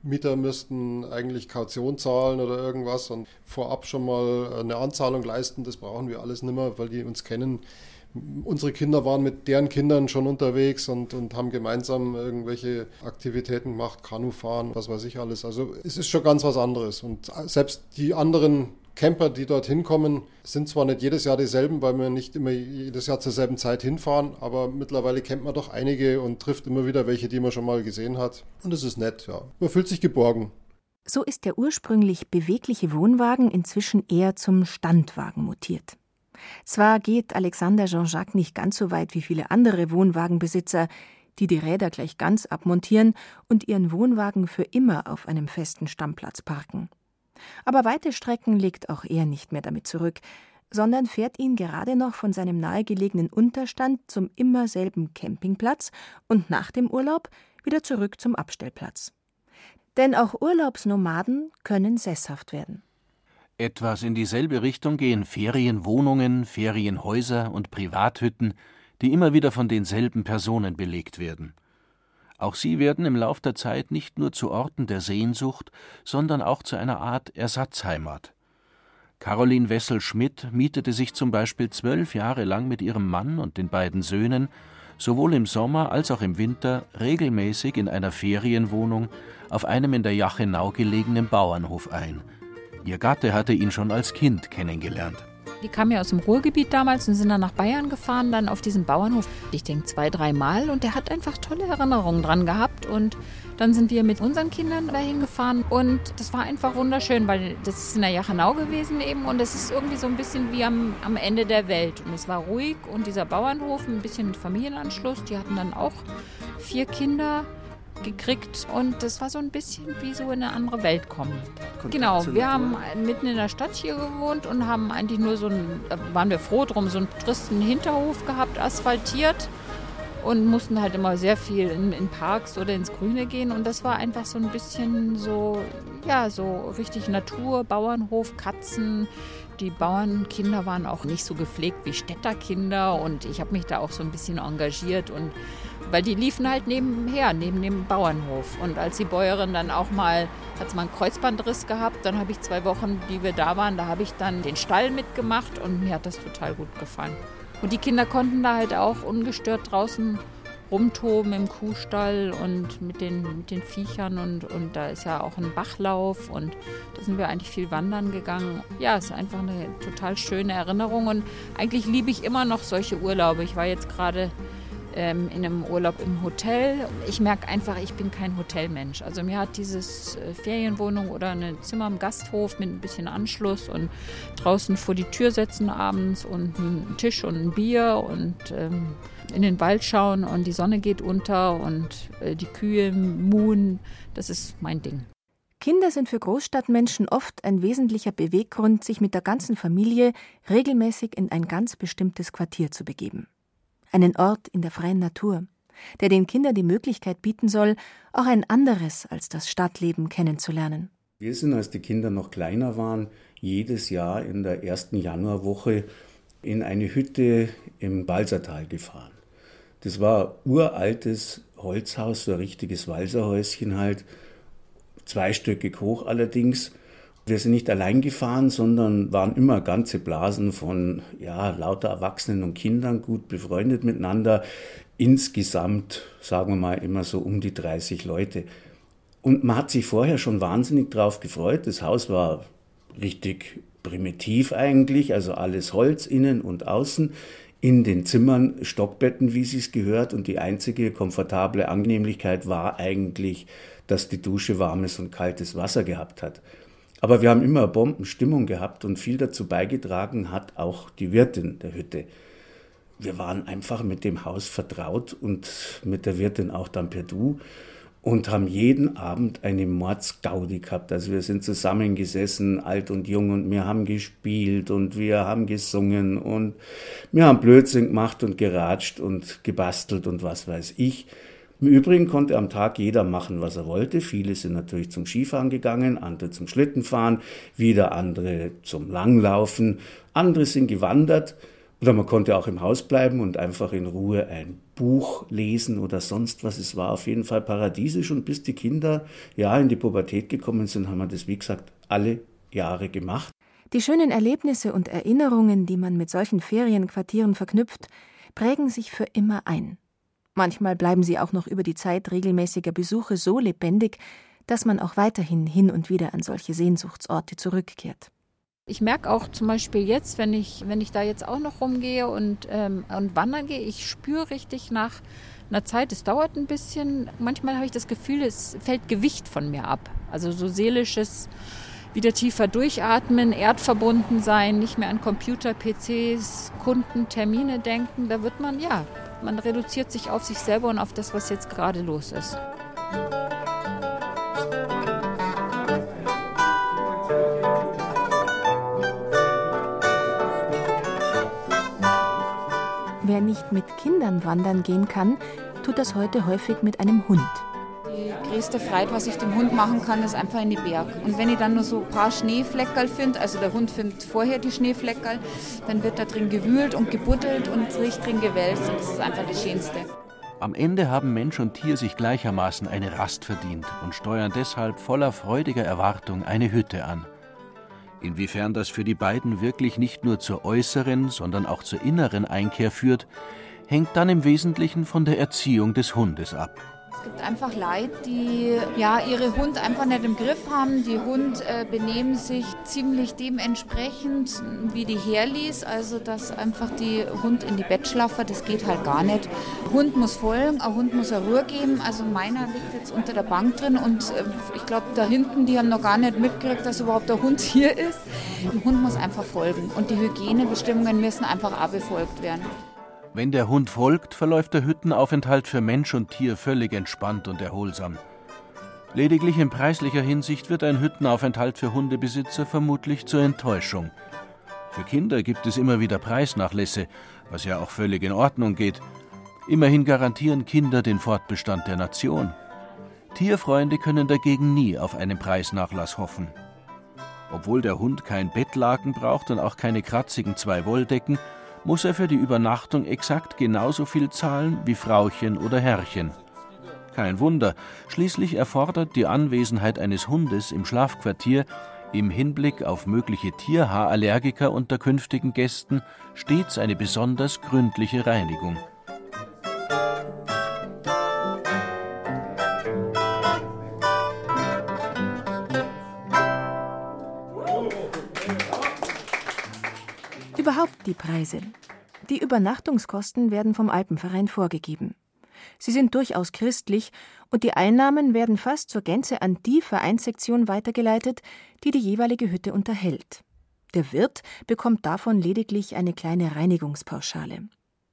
Mieter müssten eigentlich Kaution zahlen oder irgendwas und vorab schon mal eine Anzahlung leisten. Das brauchen wir alles nicht mehr, weil die uns kennen. Unsere Kinder waren mit deren Kindern schon unterwegs und haben gemeinsam irgendwelche Aktivitäten gemacht, Kanufahren, was weiß ich alles. Also es ist schon ganz was anderes. Und selbst die anderen Camper, die dorthin kommen, sind zwar nicht jedes Jahr dieselben, weil wir nicht immer jedes Jahr zur selben Zeit hinfahren, aber mittlerweile kennt man doch einige und trifft immer wieder welche, die man schon mal gesehen hat. Und es ist nett, ja. Man fühlt sich geborgen. So ist der ursprünglich bewegliche Wohnwagen inzwischen eher zum Standwagen mutiert. Zwar geht Alexander Jean-Jacques nicht ganz so weit wie viele andere Wohnwagenbesitzer, die die Räder gleich ganz abmontieren und ihren Wohnwagen für immer auf einem festen Stammplatz parken. Aber weite Strecken legt auch er nicht mehr damit zurück, sondern fährt ihn gerade noch von seinem nahegelegenen Unterstand zum immer selben Campingplatz und nach dem Urlaub wieder zurück zum Abstellplatz. Denn auch Urlaubsnomaden können sesshaft werden. Etwas in dieselbe Richtung gehen Ferienwohnungen, Ferienhäuser und Privathütten, die immer wieder von denselben Personen belegt werden. Auch sie werden im Lauf der Zeit nicht nur zu Orten der Sehnsucht, sondern auch zu einer Art Ersatzheimat. Caroline Wessel-Schmidt mietete sich zum Beispiel 12 Jahre lang mit ihrem Mann und den beiden Söhnen sowohl im Sommer als auch im Winter regelmäßig in einer Ferienwohnung auf einem in der Jachenau gelegenen Bauernhof ein. Ihr Gatte hatte ihn schon als Kind kennengelernt. Die kamen ja aus dem Ruhrgebiet damals und sind dann nach Bayern gefahren, dann auf diesen Bauernhof. Ich denke 2-3 Mal und der hat einfach tolle Erinnerungen dran gehabt. Und dann sind wir mit unseren Kindern dahin gefahren und das war einfach wunderschön, weil das ist in der Jachenau gewesen eben und es ist irgendwie so ein bisschen wie am Ende der Welt. Und es war ruhig und dieser Bauernhof, ein bisschen mit Familienanschluss, die hatten dann auch 4 Kinder gekriegt und das war so ein bisschen wie so in eine andere Welt kommen. Genau, wir haben mitten in der Stadt hier gewohnt und haben eigentlich nur da waren wir froh drum, so einen tristen Hinterhof gehabt, asphaltiert und mussten halt immer sehr viel in Parks oder ins Grüne gehen und das war einfach so ein bisschen so richtig Natur, Bauernhof, Katzen. Die Bauernkinder waren auch nicht so gepflegt wie Städterkinder und ich habe mich da auch so ein bisschen engagiert und weil die liefen halt neben dem Bauernhof. Und als die Bäuerin dann auch mal, hat sie mal einen Kreuzbandriss gehabt, dann habe ich 2 Wochen, die wir da waren, da habe ich dann den Stall mitgemacht und mir hat das total gut gefallen. Und die Kinder konnten da halt auch ungestört draußen rumtoben im Kuhstall und mit den Viechern und da ist ja auch ein Bachlauf und da sind wir eigentlich viel wandern gegangen. Ja, es ist einfach eine total schöne Erinnerung und eigentlich liebe ich immer noch solche Urlaube. Ich war jetzt gerade in einem Urlaub im Hotel. Ich merke einfach, ich bin kein Hotelmensch. Also mir hat dieses Ferienwohnung oder ein Zimmer im Gasthof mit ein bisschen Anschluss und draußen vor die Tür setzen abends und einen Tisch und ein Bier und in den Wald schauen und die Sonne geht unter und die Kühe muhen. Das ist mein Ding. Kinder sind für Großstadtmenschen oft ein wesentlicher Beweggrund, sich mit der ganzen Familie regelmäßig in ein ganz bestimmtes Quartier zu begeben. Einen Ort in der freien Natur, der den Kindern die Möglichkeit bieten soll, auch ein anderes als das Stadtleben kennenzulernen. Wir sind, als die Kinder noch kleiner waren, jedes Jahr in der ersten Januarwoche in eine Hütte im Balsertal gefahren. Das war ein uraltes Holzhaus, so ein richtiges Walserhäuschen halt, 2stöckig hoch allerdings. Wir sind nicht allein gefahren, sondern waren immer ganze Blasen von lauter Erwachsenen und Kindern, gut befreundet miteinander. Insgesamt, sagen wir mal, immer so um die 30 Leute. Und man hat sich vorher schon wahnsinnig drauf gefreut. Das Haus war richtig primitiv eigentlich, also alles Holz, innen und außen. In den Zimmern Stockbetten, wie es gehört. Und die einzige komfortable Annehmlichkeit war eigentlich, dass die Dusche warmes und kaltes Wasser gehabt hat. Aber wir haben immer eine Bombenstimmung gehabt und viel dazu beigetragen hat auch die Wirtin der Hütte. Wir waren einfach mit dem Haus vertraut und mit der Wirtin auch dann per Du und haben jeden Abend eine Mordsgaudi gehabt. Also wir sind zusammengesessen, alt und jung, und wir haben gespielt und wir haben gesungen und wir haben Blödsinn gemacht und geratscht und gebastelt und was weiß ich. Im Übrigen konnte am Tag jeder machen, was er wollte. Viele sind natürlich zum Skifahren gegangen, andere zum Schlittenfahren, wieder andere zum Langlaufen, andere sind gewandert. Oder man konnte auch im Haus bleiben und einfach in Ruhe ein Buch lesen oder sonst was. Es war auf jeden Fall paradiesisch. Und bis die Kinder in die Pubertät gekommen sind, haben wir das, wie gesagt, alle Jahre gemacht. Die schönen Erlebnisse und Erinnerungen, die man mit solchen Ferienquartieren verknüpft, prägen sich für immer ein. Manchmal bleiben sie auch noch über die Zeit regelmäßiger Besuche so lebendig, dass man auch weiterhin hin und wieder an solche Sehnsuchtsorte zurückkehrt. Ich merke auch zum Beispiel jetzt, wenn ich da jetzt auch noch rumgehe und wandern gehe, ich spüre richtig nach einer Zeit, es dauert ein bisschen. Manchmal habe ich das Gefühl, es fällt Gewicht von mir ab. Also so seelisches, wieder tiefer durchatmen, erdverbunden sein, nicht mehr an Computer, PCs, Kunden, Termine denken. Da wird man reduziert sich auf sich selber und auf das, was jetzt gerade los ist. Wer nicht mit Kindern wandern gehen kann, tut das heute häufig mit einem Hund. Die größte Freiheit, was ich dem Hund machen kann, ist einfach in die Berg. Und wenn ich dann nur so ein paar Schneefleckerl finde, also der Hund findet vorher die Schneefleckerl, dann wird da drin gewühlt und gebuddelt und sich drin gewälzt und das ist einfach das Schönste. Am Ende haben Mensch und Tier sich gleichermaßen eine Rast verdient und steuern deshalb voller freudiger Erwartung eine Hütte an. Inwiefern das für die beiden wirklich nicht nur zur äußeren, sondern auch zur inneren Einkehr führt, hängt dann im Wesentlichen von der Erziehung des Hundes ab. Es gibt einfach Leute, die ihre Hund einfach nicht im Griff haben. Die Hund benehmen sich ziemlich dementsprechend, wie die herließ. Also, dass einfach die Hund in die Bett schlafen, das geht halt gar nicht. Hund muss folgen, ein Hund muss eine Ruhe geben. Also meiner liegt jetzt unter der Bank drin und ich glaube, da hinten, die haben noch gar nicht mitgekriegt, dass überhaupt der Hund hier ist. Ein Hund muss einfach folgen und die Hygienebestimmungen müssen einfach auch befolgt werden. Wenn der Hund folgt, verläuft der Hüttenaufenthalt für Mensch und Tier völlig entspannt und erholsam. Lediglich in preislicher Hinsicht wird ein Hüttenaufenthalt für Hundebesitzer vermutlich zur Enttäuschung. Für Kinder gibt es immer wieder Preisnachlässe, was ja auch völlig in Ordnung geht. Immerhin garantieren Kinder den Fortbestand der Nation. Tierfreunde können dagegen nie auf einen Preisnachlass hoffen. Obwohl der Hund kein Bettlaken braucht und auch keine kratzigen 2 Wolldecken, muss er für die Übernachtung exakt genauso viel zahlen wie Frauchen oder Herrchen. Kein Wunder, schließlich erfordert die Anwesenheit eines Hundes im Schlafquartier im Hinblick auf mögliche Tierhaarallergiker unter künftigen Gästen stets eine besonders gründliche Reinigung. Überhaupt die Preise. Die Übernachtungskosten werden vom Alpenverein vorgegeben. Sie sind durchaus christlich und die Einnahmen werden fast zur Gänze an die Vereinssektion weitergeleitet, die die jeweilige Hütte unterhält. Der Wirt bekommt davon lediglich eine kleine Reinigungspauschale.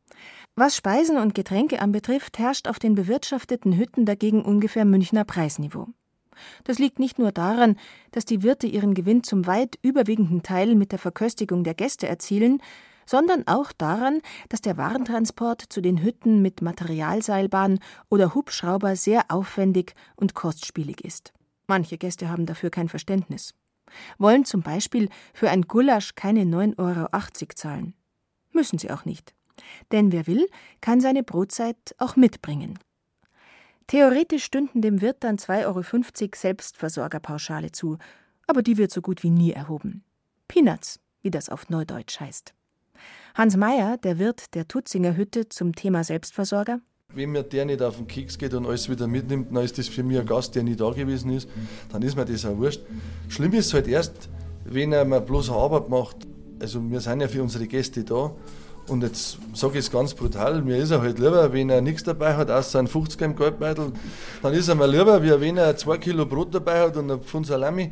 Was Speisen und Getränke anbetrifft, herrscht auf den bewirtschafteten Hütten dagegen ungefähr Münchner Preisniveau. Das liegt nicht nur daran, dass die Wirte ihren Gewinn zum weit überwiegenden Teil mit der Verköstigung der Gäste erzielen, sondern auch daran, dass der Warentransport zu den Hütten mit Materialseilbahn oder Hubschrauber sehr aufwendig und kostspielig ist. Manche Gäste haben dafür kein Verständnis. Wollen zum Beispiel für ein Gulasch keine 9,80 € zahlen. Müssen sie auch nicht. Denn wer will, kann seine Brotzeit auch mitbringen. Theoretisch stünden dem Wirt dann 2,50 € Selbstversorgerpauschale zu, aber die wird so gut wie nie erhoben. Peanuts, wie das auf Neudeutsch heißt. Hans Meyer, der Wirt der Tutzinger Hütte, zum Thema Selbstversorger: Wenn mir der nicht auf den Keks geht und alles wieder mitnimmt, dann ist das für mich ein Gast, der nie da gewesen ist, dann ist mir das auch wurscht. Schlimm ist es halt erst, wenn er mir bloß Arbeit macht. Also wir sind ja für unsere Gäste da. Und jetzt sage ich es ganz brutal, mir ist er halt lieber, wenn er nichts dabei hat, außer einen 50er im Geldbeutel, dann ist er mir lieber, wie wenn er 2 Kilo Brot dabei hat und ein Pfund Salami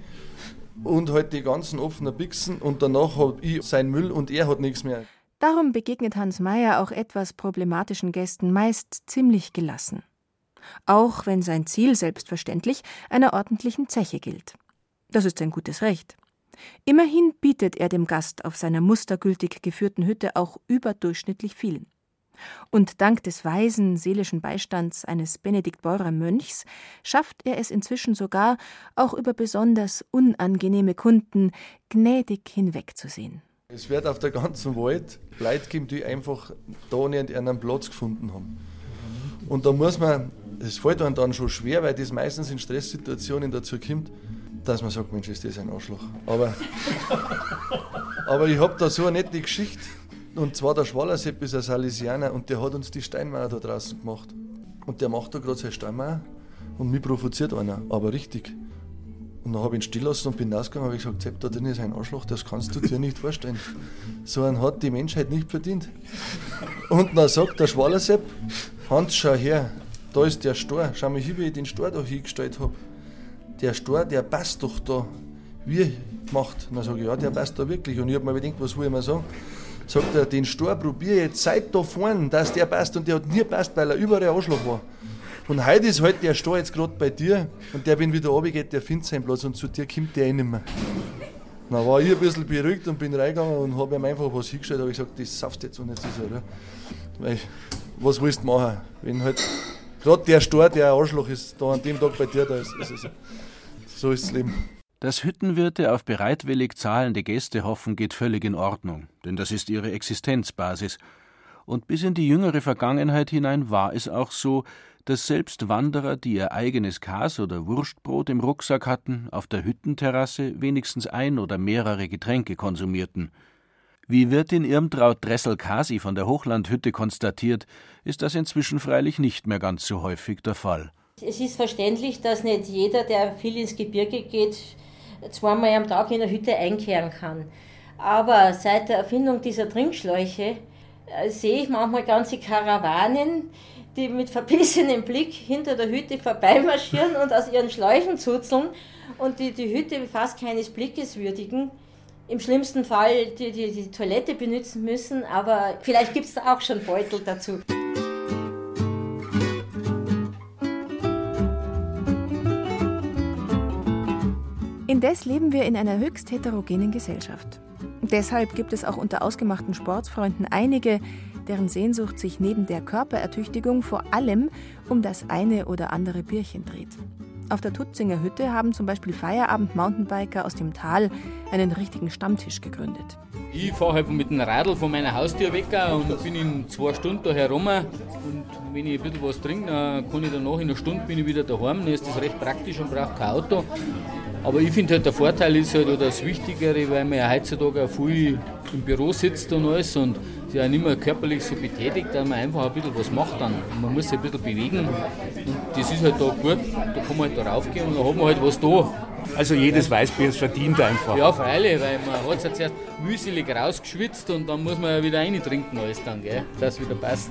und halt die ganzen offenen Bixen und danach habe ich seinen Müll und er hat nichts mehr. Darum begegnet Hans Meyer auch etwas problematischen Gästen meist ziemlich gelassen. Auch wenn sein Ziel selbstverständlich einer ordentlichen Zeche gilt. Das ist sein gutes Recht. Immerhin bietet er dem Gast auf seiner mustergültig geführten Hütte auch überdurchschnittlich viel. Und dank des weisen seelischen Beistands eines Benediktbeurer Mönchs schafft er es inzwischen sogar, auch über besonders unangenehme Kunden gnädig hinwegzusehen. Es wird auf der ganzen Welt Leute geben, die einfach da nicht einen Platz gefunden haben. Und da muss man, das fällt einem dann schon schwer, weil das meistens in Stresssituationen dazu kommt, dass man sagt, Mensch, ist das ein Arschloch. Aber ich habe da so eine nette Geschichte. Und zwar der Schwalersepp ist ein Salesianer und der hat uns die Steinmauer da draußen gemacht. Und der macht da gerade seine Steinmauer und mich provoziert einer, aber richtig. Und dann habe ich ihn stehen lassen und bin rausgegangen und habe gesagt, Sepp, da drin ist ein Arschloch, das kannst du dir nicht vorstellen. So einen hat die Menschheit nicht verdient. Und dann sagt der Schwalersepp, Hans, schau her, da ist der Stor, schau mal hin, wie ich den Stor da hingestellt habe. Der Stor, der passt doch da, wie gemacht. Und dann sage ich, ja, der passt da wirklich. Und ich habe mir gedacht, was will ich mir sagen? Sagt er, den Stor probiere jetzt seit da vorne, dass der passt. Und der hat nie passt, weil er überall ein Arschloch war. Und heute ist halt der Stor jetzt gerade bei dir und der, wenn wieder runtergeht, der findet seinen Platz und zu dir kommt der nicht mehr. Dann war ich ein bisschen beruhigt und bin reingegangen und habe ihm einfach was hingestellt. Da habe ich gesagt, das saufst jetzt und jetzt ist er. Weil, was willst du machen? Wenn halt gerade der Stor, der ein Arschloch ist, da an dem Tag bei dir da ist. So ist das Leben. Dass Hüttenwirte auf bereitwillig zahlende Gäste hoffen, geht völlig in Ordnung, denn das ist ihre Existenzbasis. Und bis in die jüngere Vergangenheit hinein war es auch so, dass selbst Wanderer, die ihr eigenes Kas- oder Wurstbrot im Rucksack hatten, auf der Hüttenterrasse wenigstens ein oder mehrere Getränke konsumierten. Wie Wirtin Irmtraut Dressel-Kasi von der Hochlandhütte konstatiert, ist das inzwischen freilich nicht mehr ganz so häufig der Fall. Es ist verständlich, dass nicht jeder, der viel ins Gebirge geht, zweimal am Tag in der Hütte einkehren kann. Aber seit der Erfindung dieser Trinkschläuche sehe ich manchmal ganze Karawanen, die mit verbissenem Blick hinter der Hütte vorbeimarschieren und aus ihren Schläuchen zuzeln und die Hütte fast keines Blickes würdigen. Im schlimmsten Fall die Toilette benutzen müssen, aber vielleicht gibt es da auch schon Beutel dazu. Indes leben wir in einer höchst heterogenen Gesellschaft. Deshalb gibt es auch unter ausgemachten Sportsfreunden einige, deren Sehnsucht sich neben der Körperertüchtigung vor allem um das eine oder andere Bierchen dreht. Auf der Tutzinger Hütte haben zum Beispiel Feierabend-Mountainbiker aus dem Tal einen richtigen Stammtisch gegründet. Ich fahre halt mit dem Radl von meiner Haustür weg und bin in 2 Stunden da herum. Und wenn ich ein bisschen was trinke, dann kann ich danach in einer Stunde bin ich wieder daheim. Dann ist das recht praktisch und brauche kein Auto. Aber ich finde halt, der Vorteil ist halt, oder das Wichtigere, weil man ja heutzutage auch viel im Büro sitzt und alles und sich auch nicht mehr körperlich so betätigt, dass man einfach ein bisschen was macht dann. Und man muss sich ein bisschen bewegen und das ist halt da gut, da kann man halt da raufgehen und dann hat man halt was da. Also jedes Weißbier ist verdient einfach. Ja, freilich, weil man hat es ja zuerst mühselig rausgeschwitzt und dann muss man ja wieder reintrinken alles dann, gell, dass es wieder passt.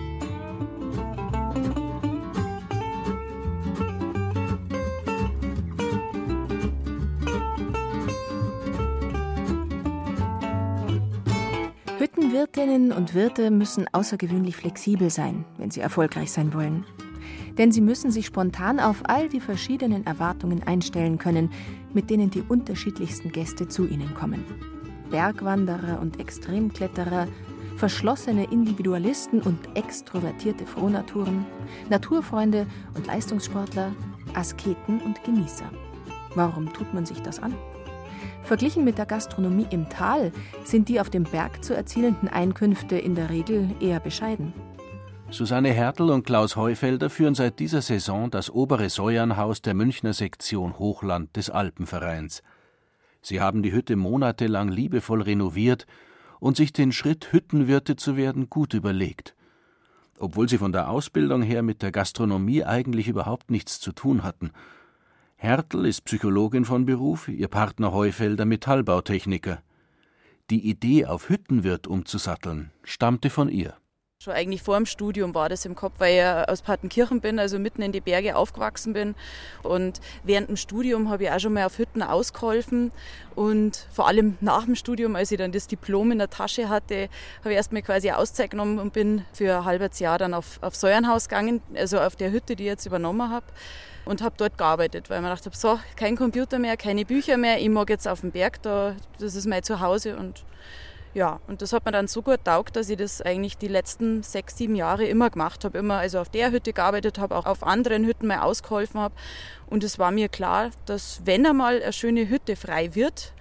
Hüttenwirtinnen und Wirte müssen außergewöhnlich flexibel sein, wenn sie erfolgreich sein wollen. Denn sie müssen sich spontan auf all die verschiedenen Erwartungen einstellen können, mit denen die unterschiedlichsten Gäste zu ihnen kommen. Bergwanderer und Extremkletterer, verschlossene Individualisten und extrovertierte Frohnaturen, Naturfreunde und Leistungssportler, Asketen und Genießer. Warum tut man sich das an? Verglichen mit der Gastronomie im Tal sind die auf dem Berg zu erzielenden Einkünfte in der Regel eher bescheiden. Susanne Hertel und Klaus Heufelder führen seit dieser Saison das obere Säuernhaus der Münchner Sektion Hochland des Alpenvereins. Sie haben die Hütte monatelang liebevoll renoviert und sich den Schritt, Hüttenwirte zu werden, gut überlegt. Obwohl sie von der Ausbildung her mit der Gastronomie eigentlich überhaupt nichts zu tun hatten. Hertel ist Psychologin von Beruf, ihr Partner Heufelder Metallbautechniker. Die Idee, auf Hüttenwirt umzusatteln, stammte von ihr. Schon eigentlich vor dem Studium war das im Kopf, weil ich aus Partenkirchen bin, also mitten in die Berge aufgewachsen bin. Und während dem Studium habe ich auch schon mal auf Hütten ausgeholfen. Und vor allem nach dem Studium, als ich dann das Diplom in der Tasche hatte, habe ich erstmal quasi eine Auszeit genommen und bin für ein halbes Jahr dann auf Säuernhaus gegangen, also auf der Hütte, die ich jetzt übernommen habe. Und habe dort gearbeitet, weil ich mir gedacht habe, so, kein Computer mehr, keine Bücher mehr, ich mag jetzt auf dem Berg, da, das ist mein Zuhause. Und ja, und das hat mir dann so gut getaugt, dass ich das eigentlich die letzten 6, 7 Jahre immer gemacht habe. Immer also auf der Hütte gearbeitet habe, auch auf anderen Hütten mal ausgeholfen habe. Und es war mir klar, dass wenn einmal eine schöne Hütte frei wird,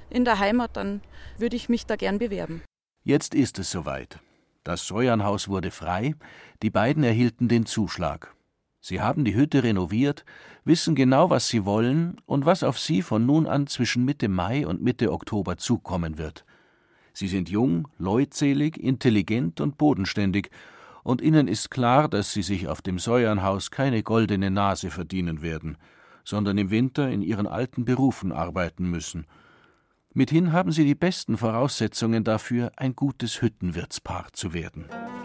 in der Heimat, dann würde ich mich da gern bewerben. Jetzt ist es soweit. Das Säuernhaus wurde frei, die beiden erhielten den Zuschlag. Sie haben die Hütte renoviert, wissen genau, was sie wollen und was auf sie von nun an zwischen Mitte Mai und Mitte Oktober zukommen wird. Sie sind jung, leutselig, intelligent und bodenständig, und ihnen ist klar, dass sie sich auf dem Säuernhaus keine goldene Nase verdienen werden, sondern im Winter in ihren alten Berufen arbeiten müssen. Mithin haben sie die besten Voraussetzungen dafür, ein gutes Hüttenwirtspaar zu werden.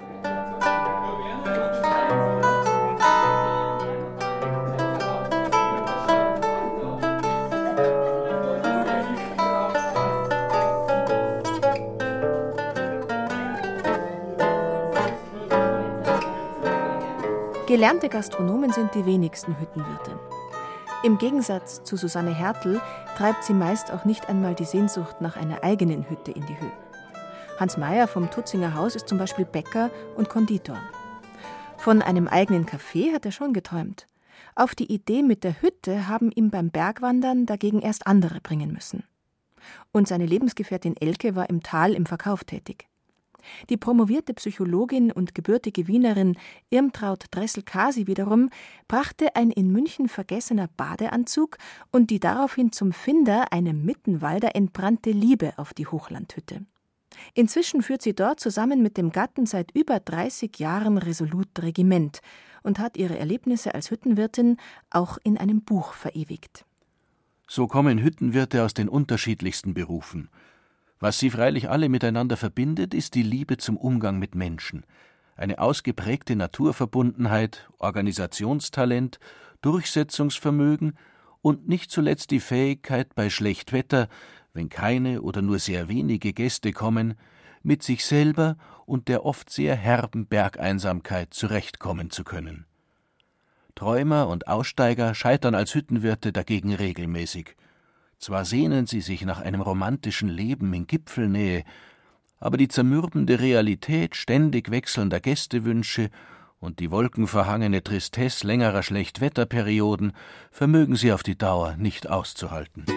Gelernte Gastronomen sind die wenigsten Hüttenwirte. Im Gegensatz zu Susanne Hertel treibt sie meist auch nicht einmal die Sehnsucht nach einer eigenen Hütte in die Höhe. Hans Meyer vom Tutzinger Haus ist zum Beispiel Bäcker und Konditor. Von einem eigenen Café hat er schon geträumt. Auf die Idee mit der Hütte haben ihm beim Bergwandern dagegen erst andere bringen müssen. Und seine Lebensgefährtin Elke war im Tal im Verkauf tätig. Die promovierte Psychologin und gebürtige Wienerin Irmtraut Dressel-Kasi wiederum brachte ein in München vergessener Badeanzug und die daraufhin zum Finder eine Mittenwalder entbrannte Liebe auf die Hochlandhütte. Inzwischen führt sie dort zusammen mit dem Gatten seit über 30 Jahren resolut Regiment und hat ihre Erlebnisse als Hüttenwirtin auch in einem Buch verewigt. So kommen Hüttenwirte aus den unterschiedlichsten Berufen. Was sie freilich alle miteinander verbindet, ist die Liebe zum Umgang mit Menschen. Eine ausgeprägte Naturverbundenheit, Organisationstalent, Durchsetzungsvermögen und nicht zuletzt die Fähigkeit, bei Schlechtwetter, wenn keine oder nur sehr wenige Gäste kommen, mit sich selber und der oft sehr herben Bergeinsamkeit zurechtkommen zu können. Träumer und Aussteiger scheitern als Hüttenwirte dagegen regelmäßig. Zwar sehnen sie sich nach einem romantischen Leben in Gipfelnähe, aber die zermürbende Realität ständig wechselnder Gästewünsche und die wolkenverhangene Tristesse längerer Schlechtwetterperioden vermögen sie auf die Dauer nicht auszuhalten.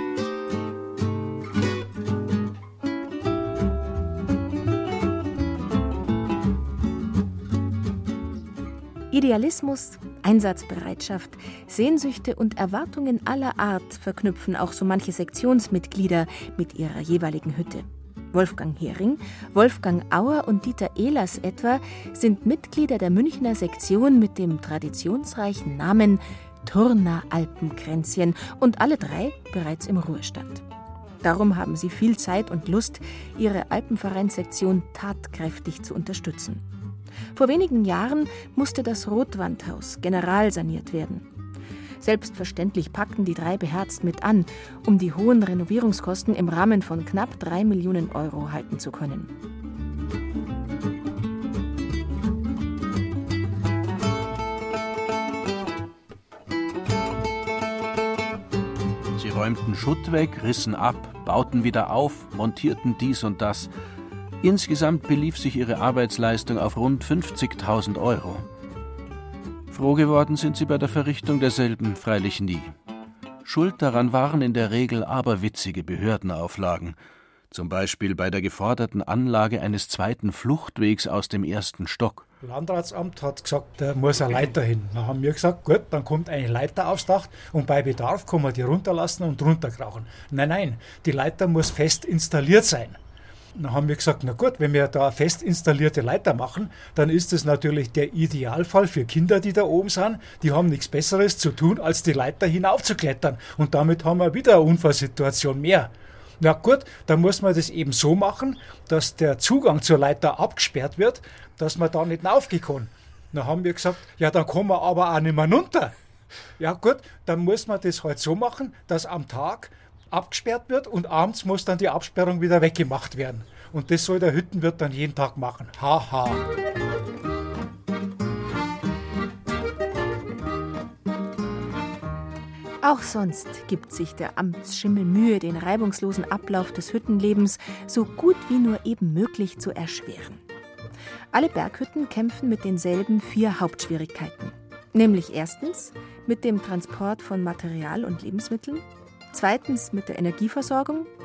Idealismus, Einsatzbereitschaft, Sehnsüchte und Erwartungen aller Art verknüpfen auch so manche Sektionsmitglieder mit ihrer jeweiligen Hütte. Wolfgang Hering, Wolfgang Auer und Dieter Ehlers etwa sind Mitglieder der Münchner Sektion mit dem traditionsreichen Namen Turner Alpenkränzchen und alle drei bereits im Ruhestand. Darum haben sie viel Zeit und Lust, ihre Alpenvereinssektion tatkräftig zu unterstützen. Vor wenigen Jahren musste das Rotwandhaus generalsaniert werden. Selbstverständlich packten die drei beherzt mit an, um die hohen Renovierungskosten im Rahmen von knapp 3 Millionen Euro halten zu können. Sie räumten Schutt weg, rissen ab, bauten wieder auf, montierten dies und das. Insgesamt belief sich ihre Arbeitsleistung auf rund 50.000 Euro. Froh geworden sind sie bei der Verrichtung derselben freilich nie. Schuld daran waren in der Regel aberwitzige Behördenauflagen, zum Beispiel bei der geforderten Anlage eines zweiten Fluchtwegs aus dem ersten Stock. Das Landratsamt hat gesagt, da muss eine Leiter hin. Dann haben wir gesagt, gut, dann kommt eine Leiter aufs Dach und bei Bedarf kann man die runterlassen und runterkrauchen. Nein, die Leiter muss fest installiert sein. Dann haben wir gesagt, na gut, wenn wir da eine fest installierte Leiter machen, dann ist das natürlich der Idealfall für Kinder, die da oben sind. Die haben nichts Besseres zu tun, als die Leiter hinaufzuklettern. Und damit haben wir wieder eine Unfallsituation mehr. Na gut, dann muss man das eben so machen, dass der Zugang zur Leiter abgesperrt wird, dass man da nicht raufgehen kann. Dann haben wir gesagt, ja, dann kommen wir aber auch nicht mehr runter. Ja gut, dann muss man das halt so machen, dass am Tag abgesperrt wird und abends muss dann die Absperrung wieder weggemacht werden. Und das soll der Hüttenwirt dann jeden Tag machen. Haha. Auch sonst gibt sich der Amtsschimmel Mühe, den reibungslosen Ablauf des Hüttenlebens so gut wie nur eben möglich zu erschweren. Alle Berghütten kämpfen mit denselben 4 Hauptschwierigkeiten. Nämlich erstens mit dem Transport von Material und Lebensmitteln, zweitens mit der Energieversorgung,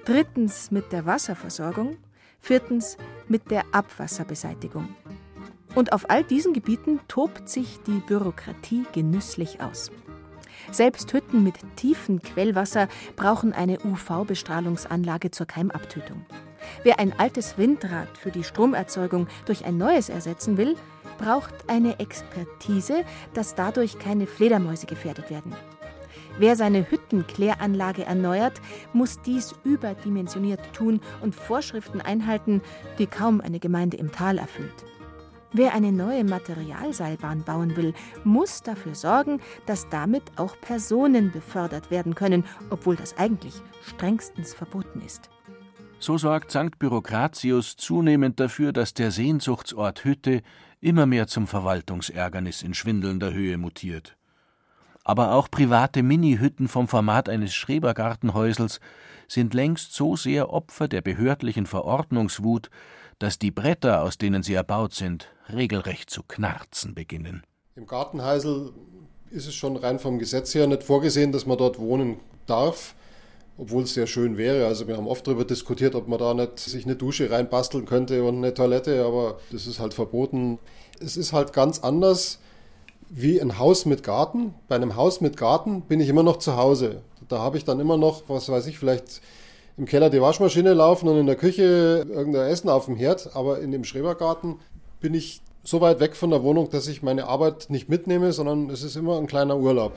drittens mit der Wasserversorgung, viertens mit der Abwasserbeseitigung. Und auf all diesen Gebieten tobt sich die Bürokratie genüsslich aus. Selbst Hütten mit tiefem Quellwasser brauchen eine UV-Bestrahlungsanlage zur Keimabtötung. Wer ein altes Windrad für die Stromerzeugung durch ein neues ersetzen will, braucht eine Expertise, dass dadurch keine Fledermäuse gefährdet werden. Wer seine Hüttenkläranlage erneuert, muss dies überdimensioniert tun und Vorschriften einhalten, die kaum eine Gemeinde im Tal erfüllt. Wer eine neue Materialseilbahn bauen will, muss dafür sorgen, dass damit auch Personen befördert werden können, obwohl das eigentlich strengstens verboten ist. So sorgt St. Bürokratius zunehmend dafür, dass der Sehnsuchtsort Hütte immer mehr zum Verwaltungsärgernis in schwindelnder Höhe mutiert. Aber auch private Mini-Hütten vom Format eines Schrebergartenhäusels sind längst so sehr Opfer der behördlichen Verordnungswut, dass die Bretter, aus denen sie erbaut sind, regelrecht zu knarzen beginnen. Im Gartenhäusl ist es schon rein vom Gesetz her nicht vorgesehen, dass man dort wohnen darf, obwohl es sehr schön wäre. Also wir haben oft darüber diskutiert, ob man da nicht sich eine Dusche reinbasteln könnte und eine Toilette, aber das ist halt verboten. Es ist halt ganz anders wie ein Haus mit Garten. Bei einem Haus mit Garten bin ich immer noch zu Hause. Da habe ich dann immer noch, was weiß ich, vielleicht im Keller die Waschmaschine laufen und in der Küche irgendein Essen auf dem Herd. Aber in dem Schrebergarten bin ich so weit weg von der Wohnung, dass ich meine Arbeit nicht mitnehme, sondern es ist immer ein kleiner Urlaub.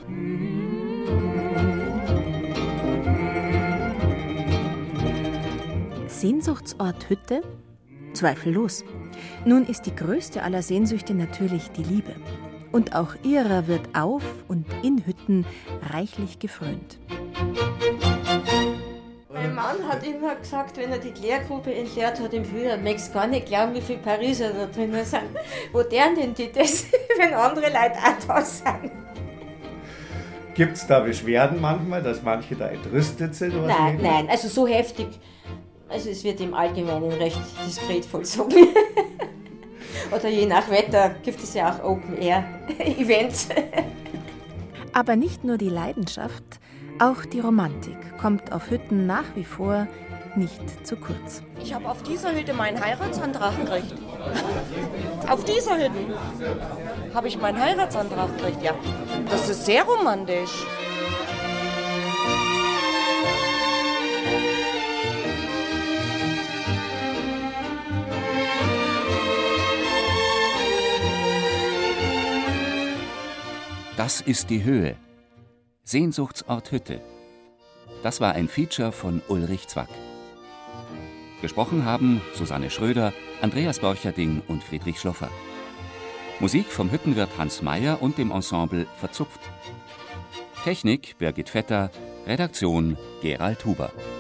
Sehnsuchtsort Hütte? Zweifellos. Nun ist die größte aller Sehnsüchte natürlich die Liebe. Und auch ihrer wird auf und in Hütten reichlich gefrönt. Mein Mann hat immer gesagt, wenn er die Klärgrube entleert hat im Frühjahr, möchtest gar nicht glauben, wie viele Pariser da drinnen sind. Wo deren denn die das, wenn andere Leute auch da sind? Gibt es da Beschwerden manchmal, dass manche da entrüstet sind? Oder nein, also so heftig. Also es wird im Allgemeinen recht diskret vollzogen. Oder je nach Wetter gibt es ja auch Open-Air-Events. Aber nicht nur die Leidenschaft, auch die Romantik kommt auf Hütten nach wie vor nicht zu kurz. Ich habe auf dieser Hütte meinen Heiratsantrag gekriegt. Auf dieser Hütte habe ich meinen Heiratsantrag gekriegt, ja. Das ist sehr romantisch. Das ist die Höhe. Sehnsuchtsort Hütte. Das war ein Feature von Ulrich Zwack. Gesprochen haben Susanne Schröder, Andreas Borcherding und Friedrich Schloffer. Musik vom Hüttenwirt Hans Meyer und dem Ensemble Verzupft. Technik Birgit Vetter, Redaktion Gerald Huber.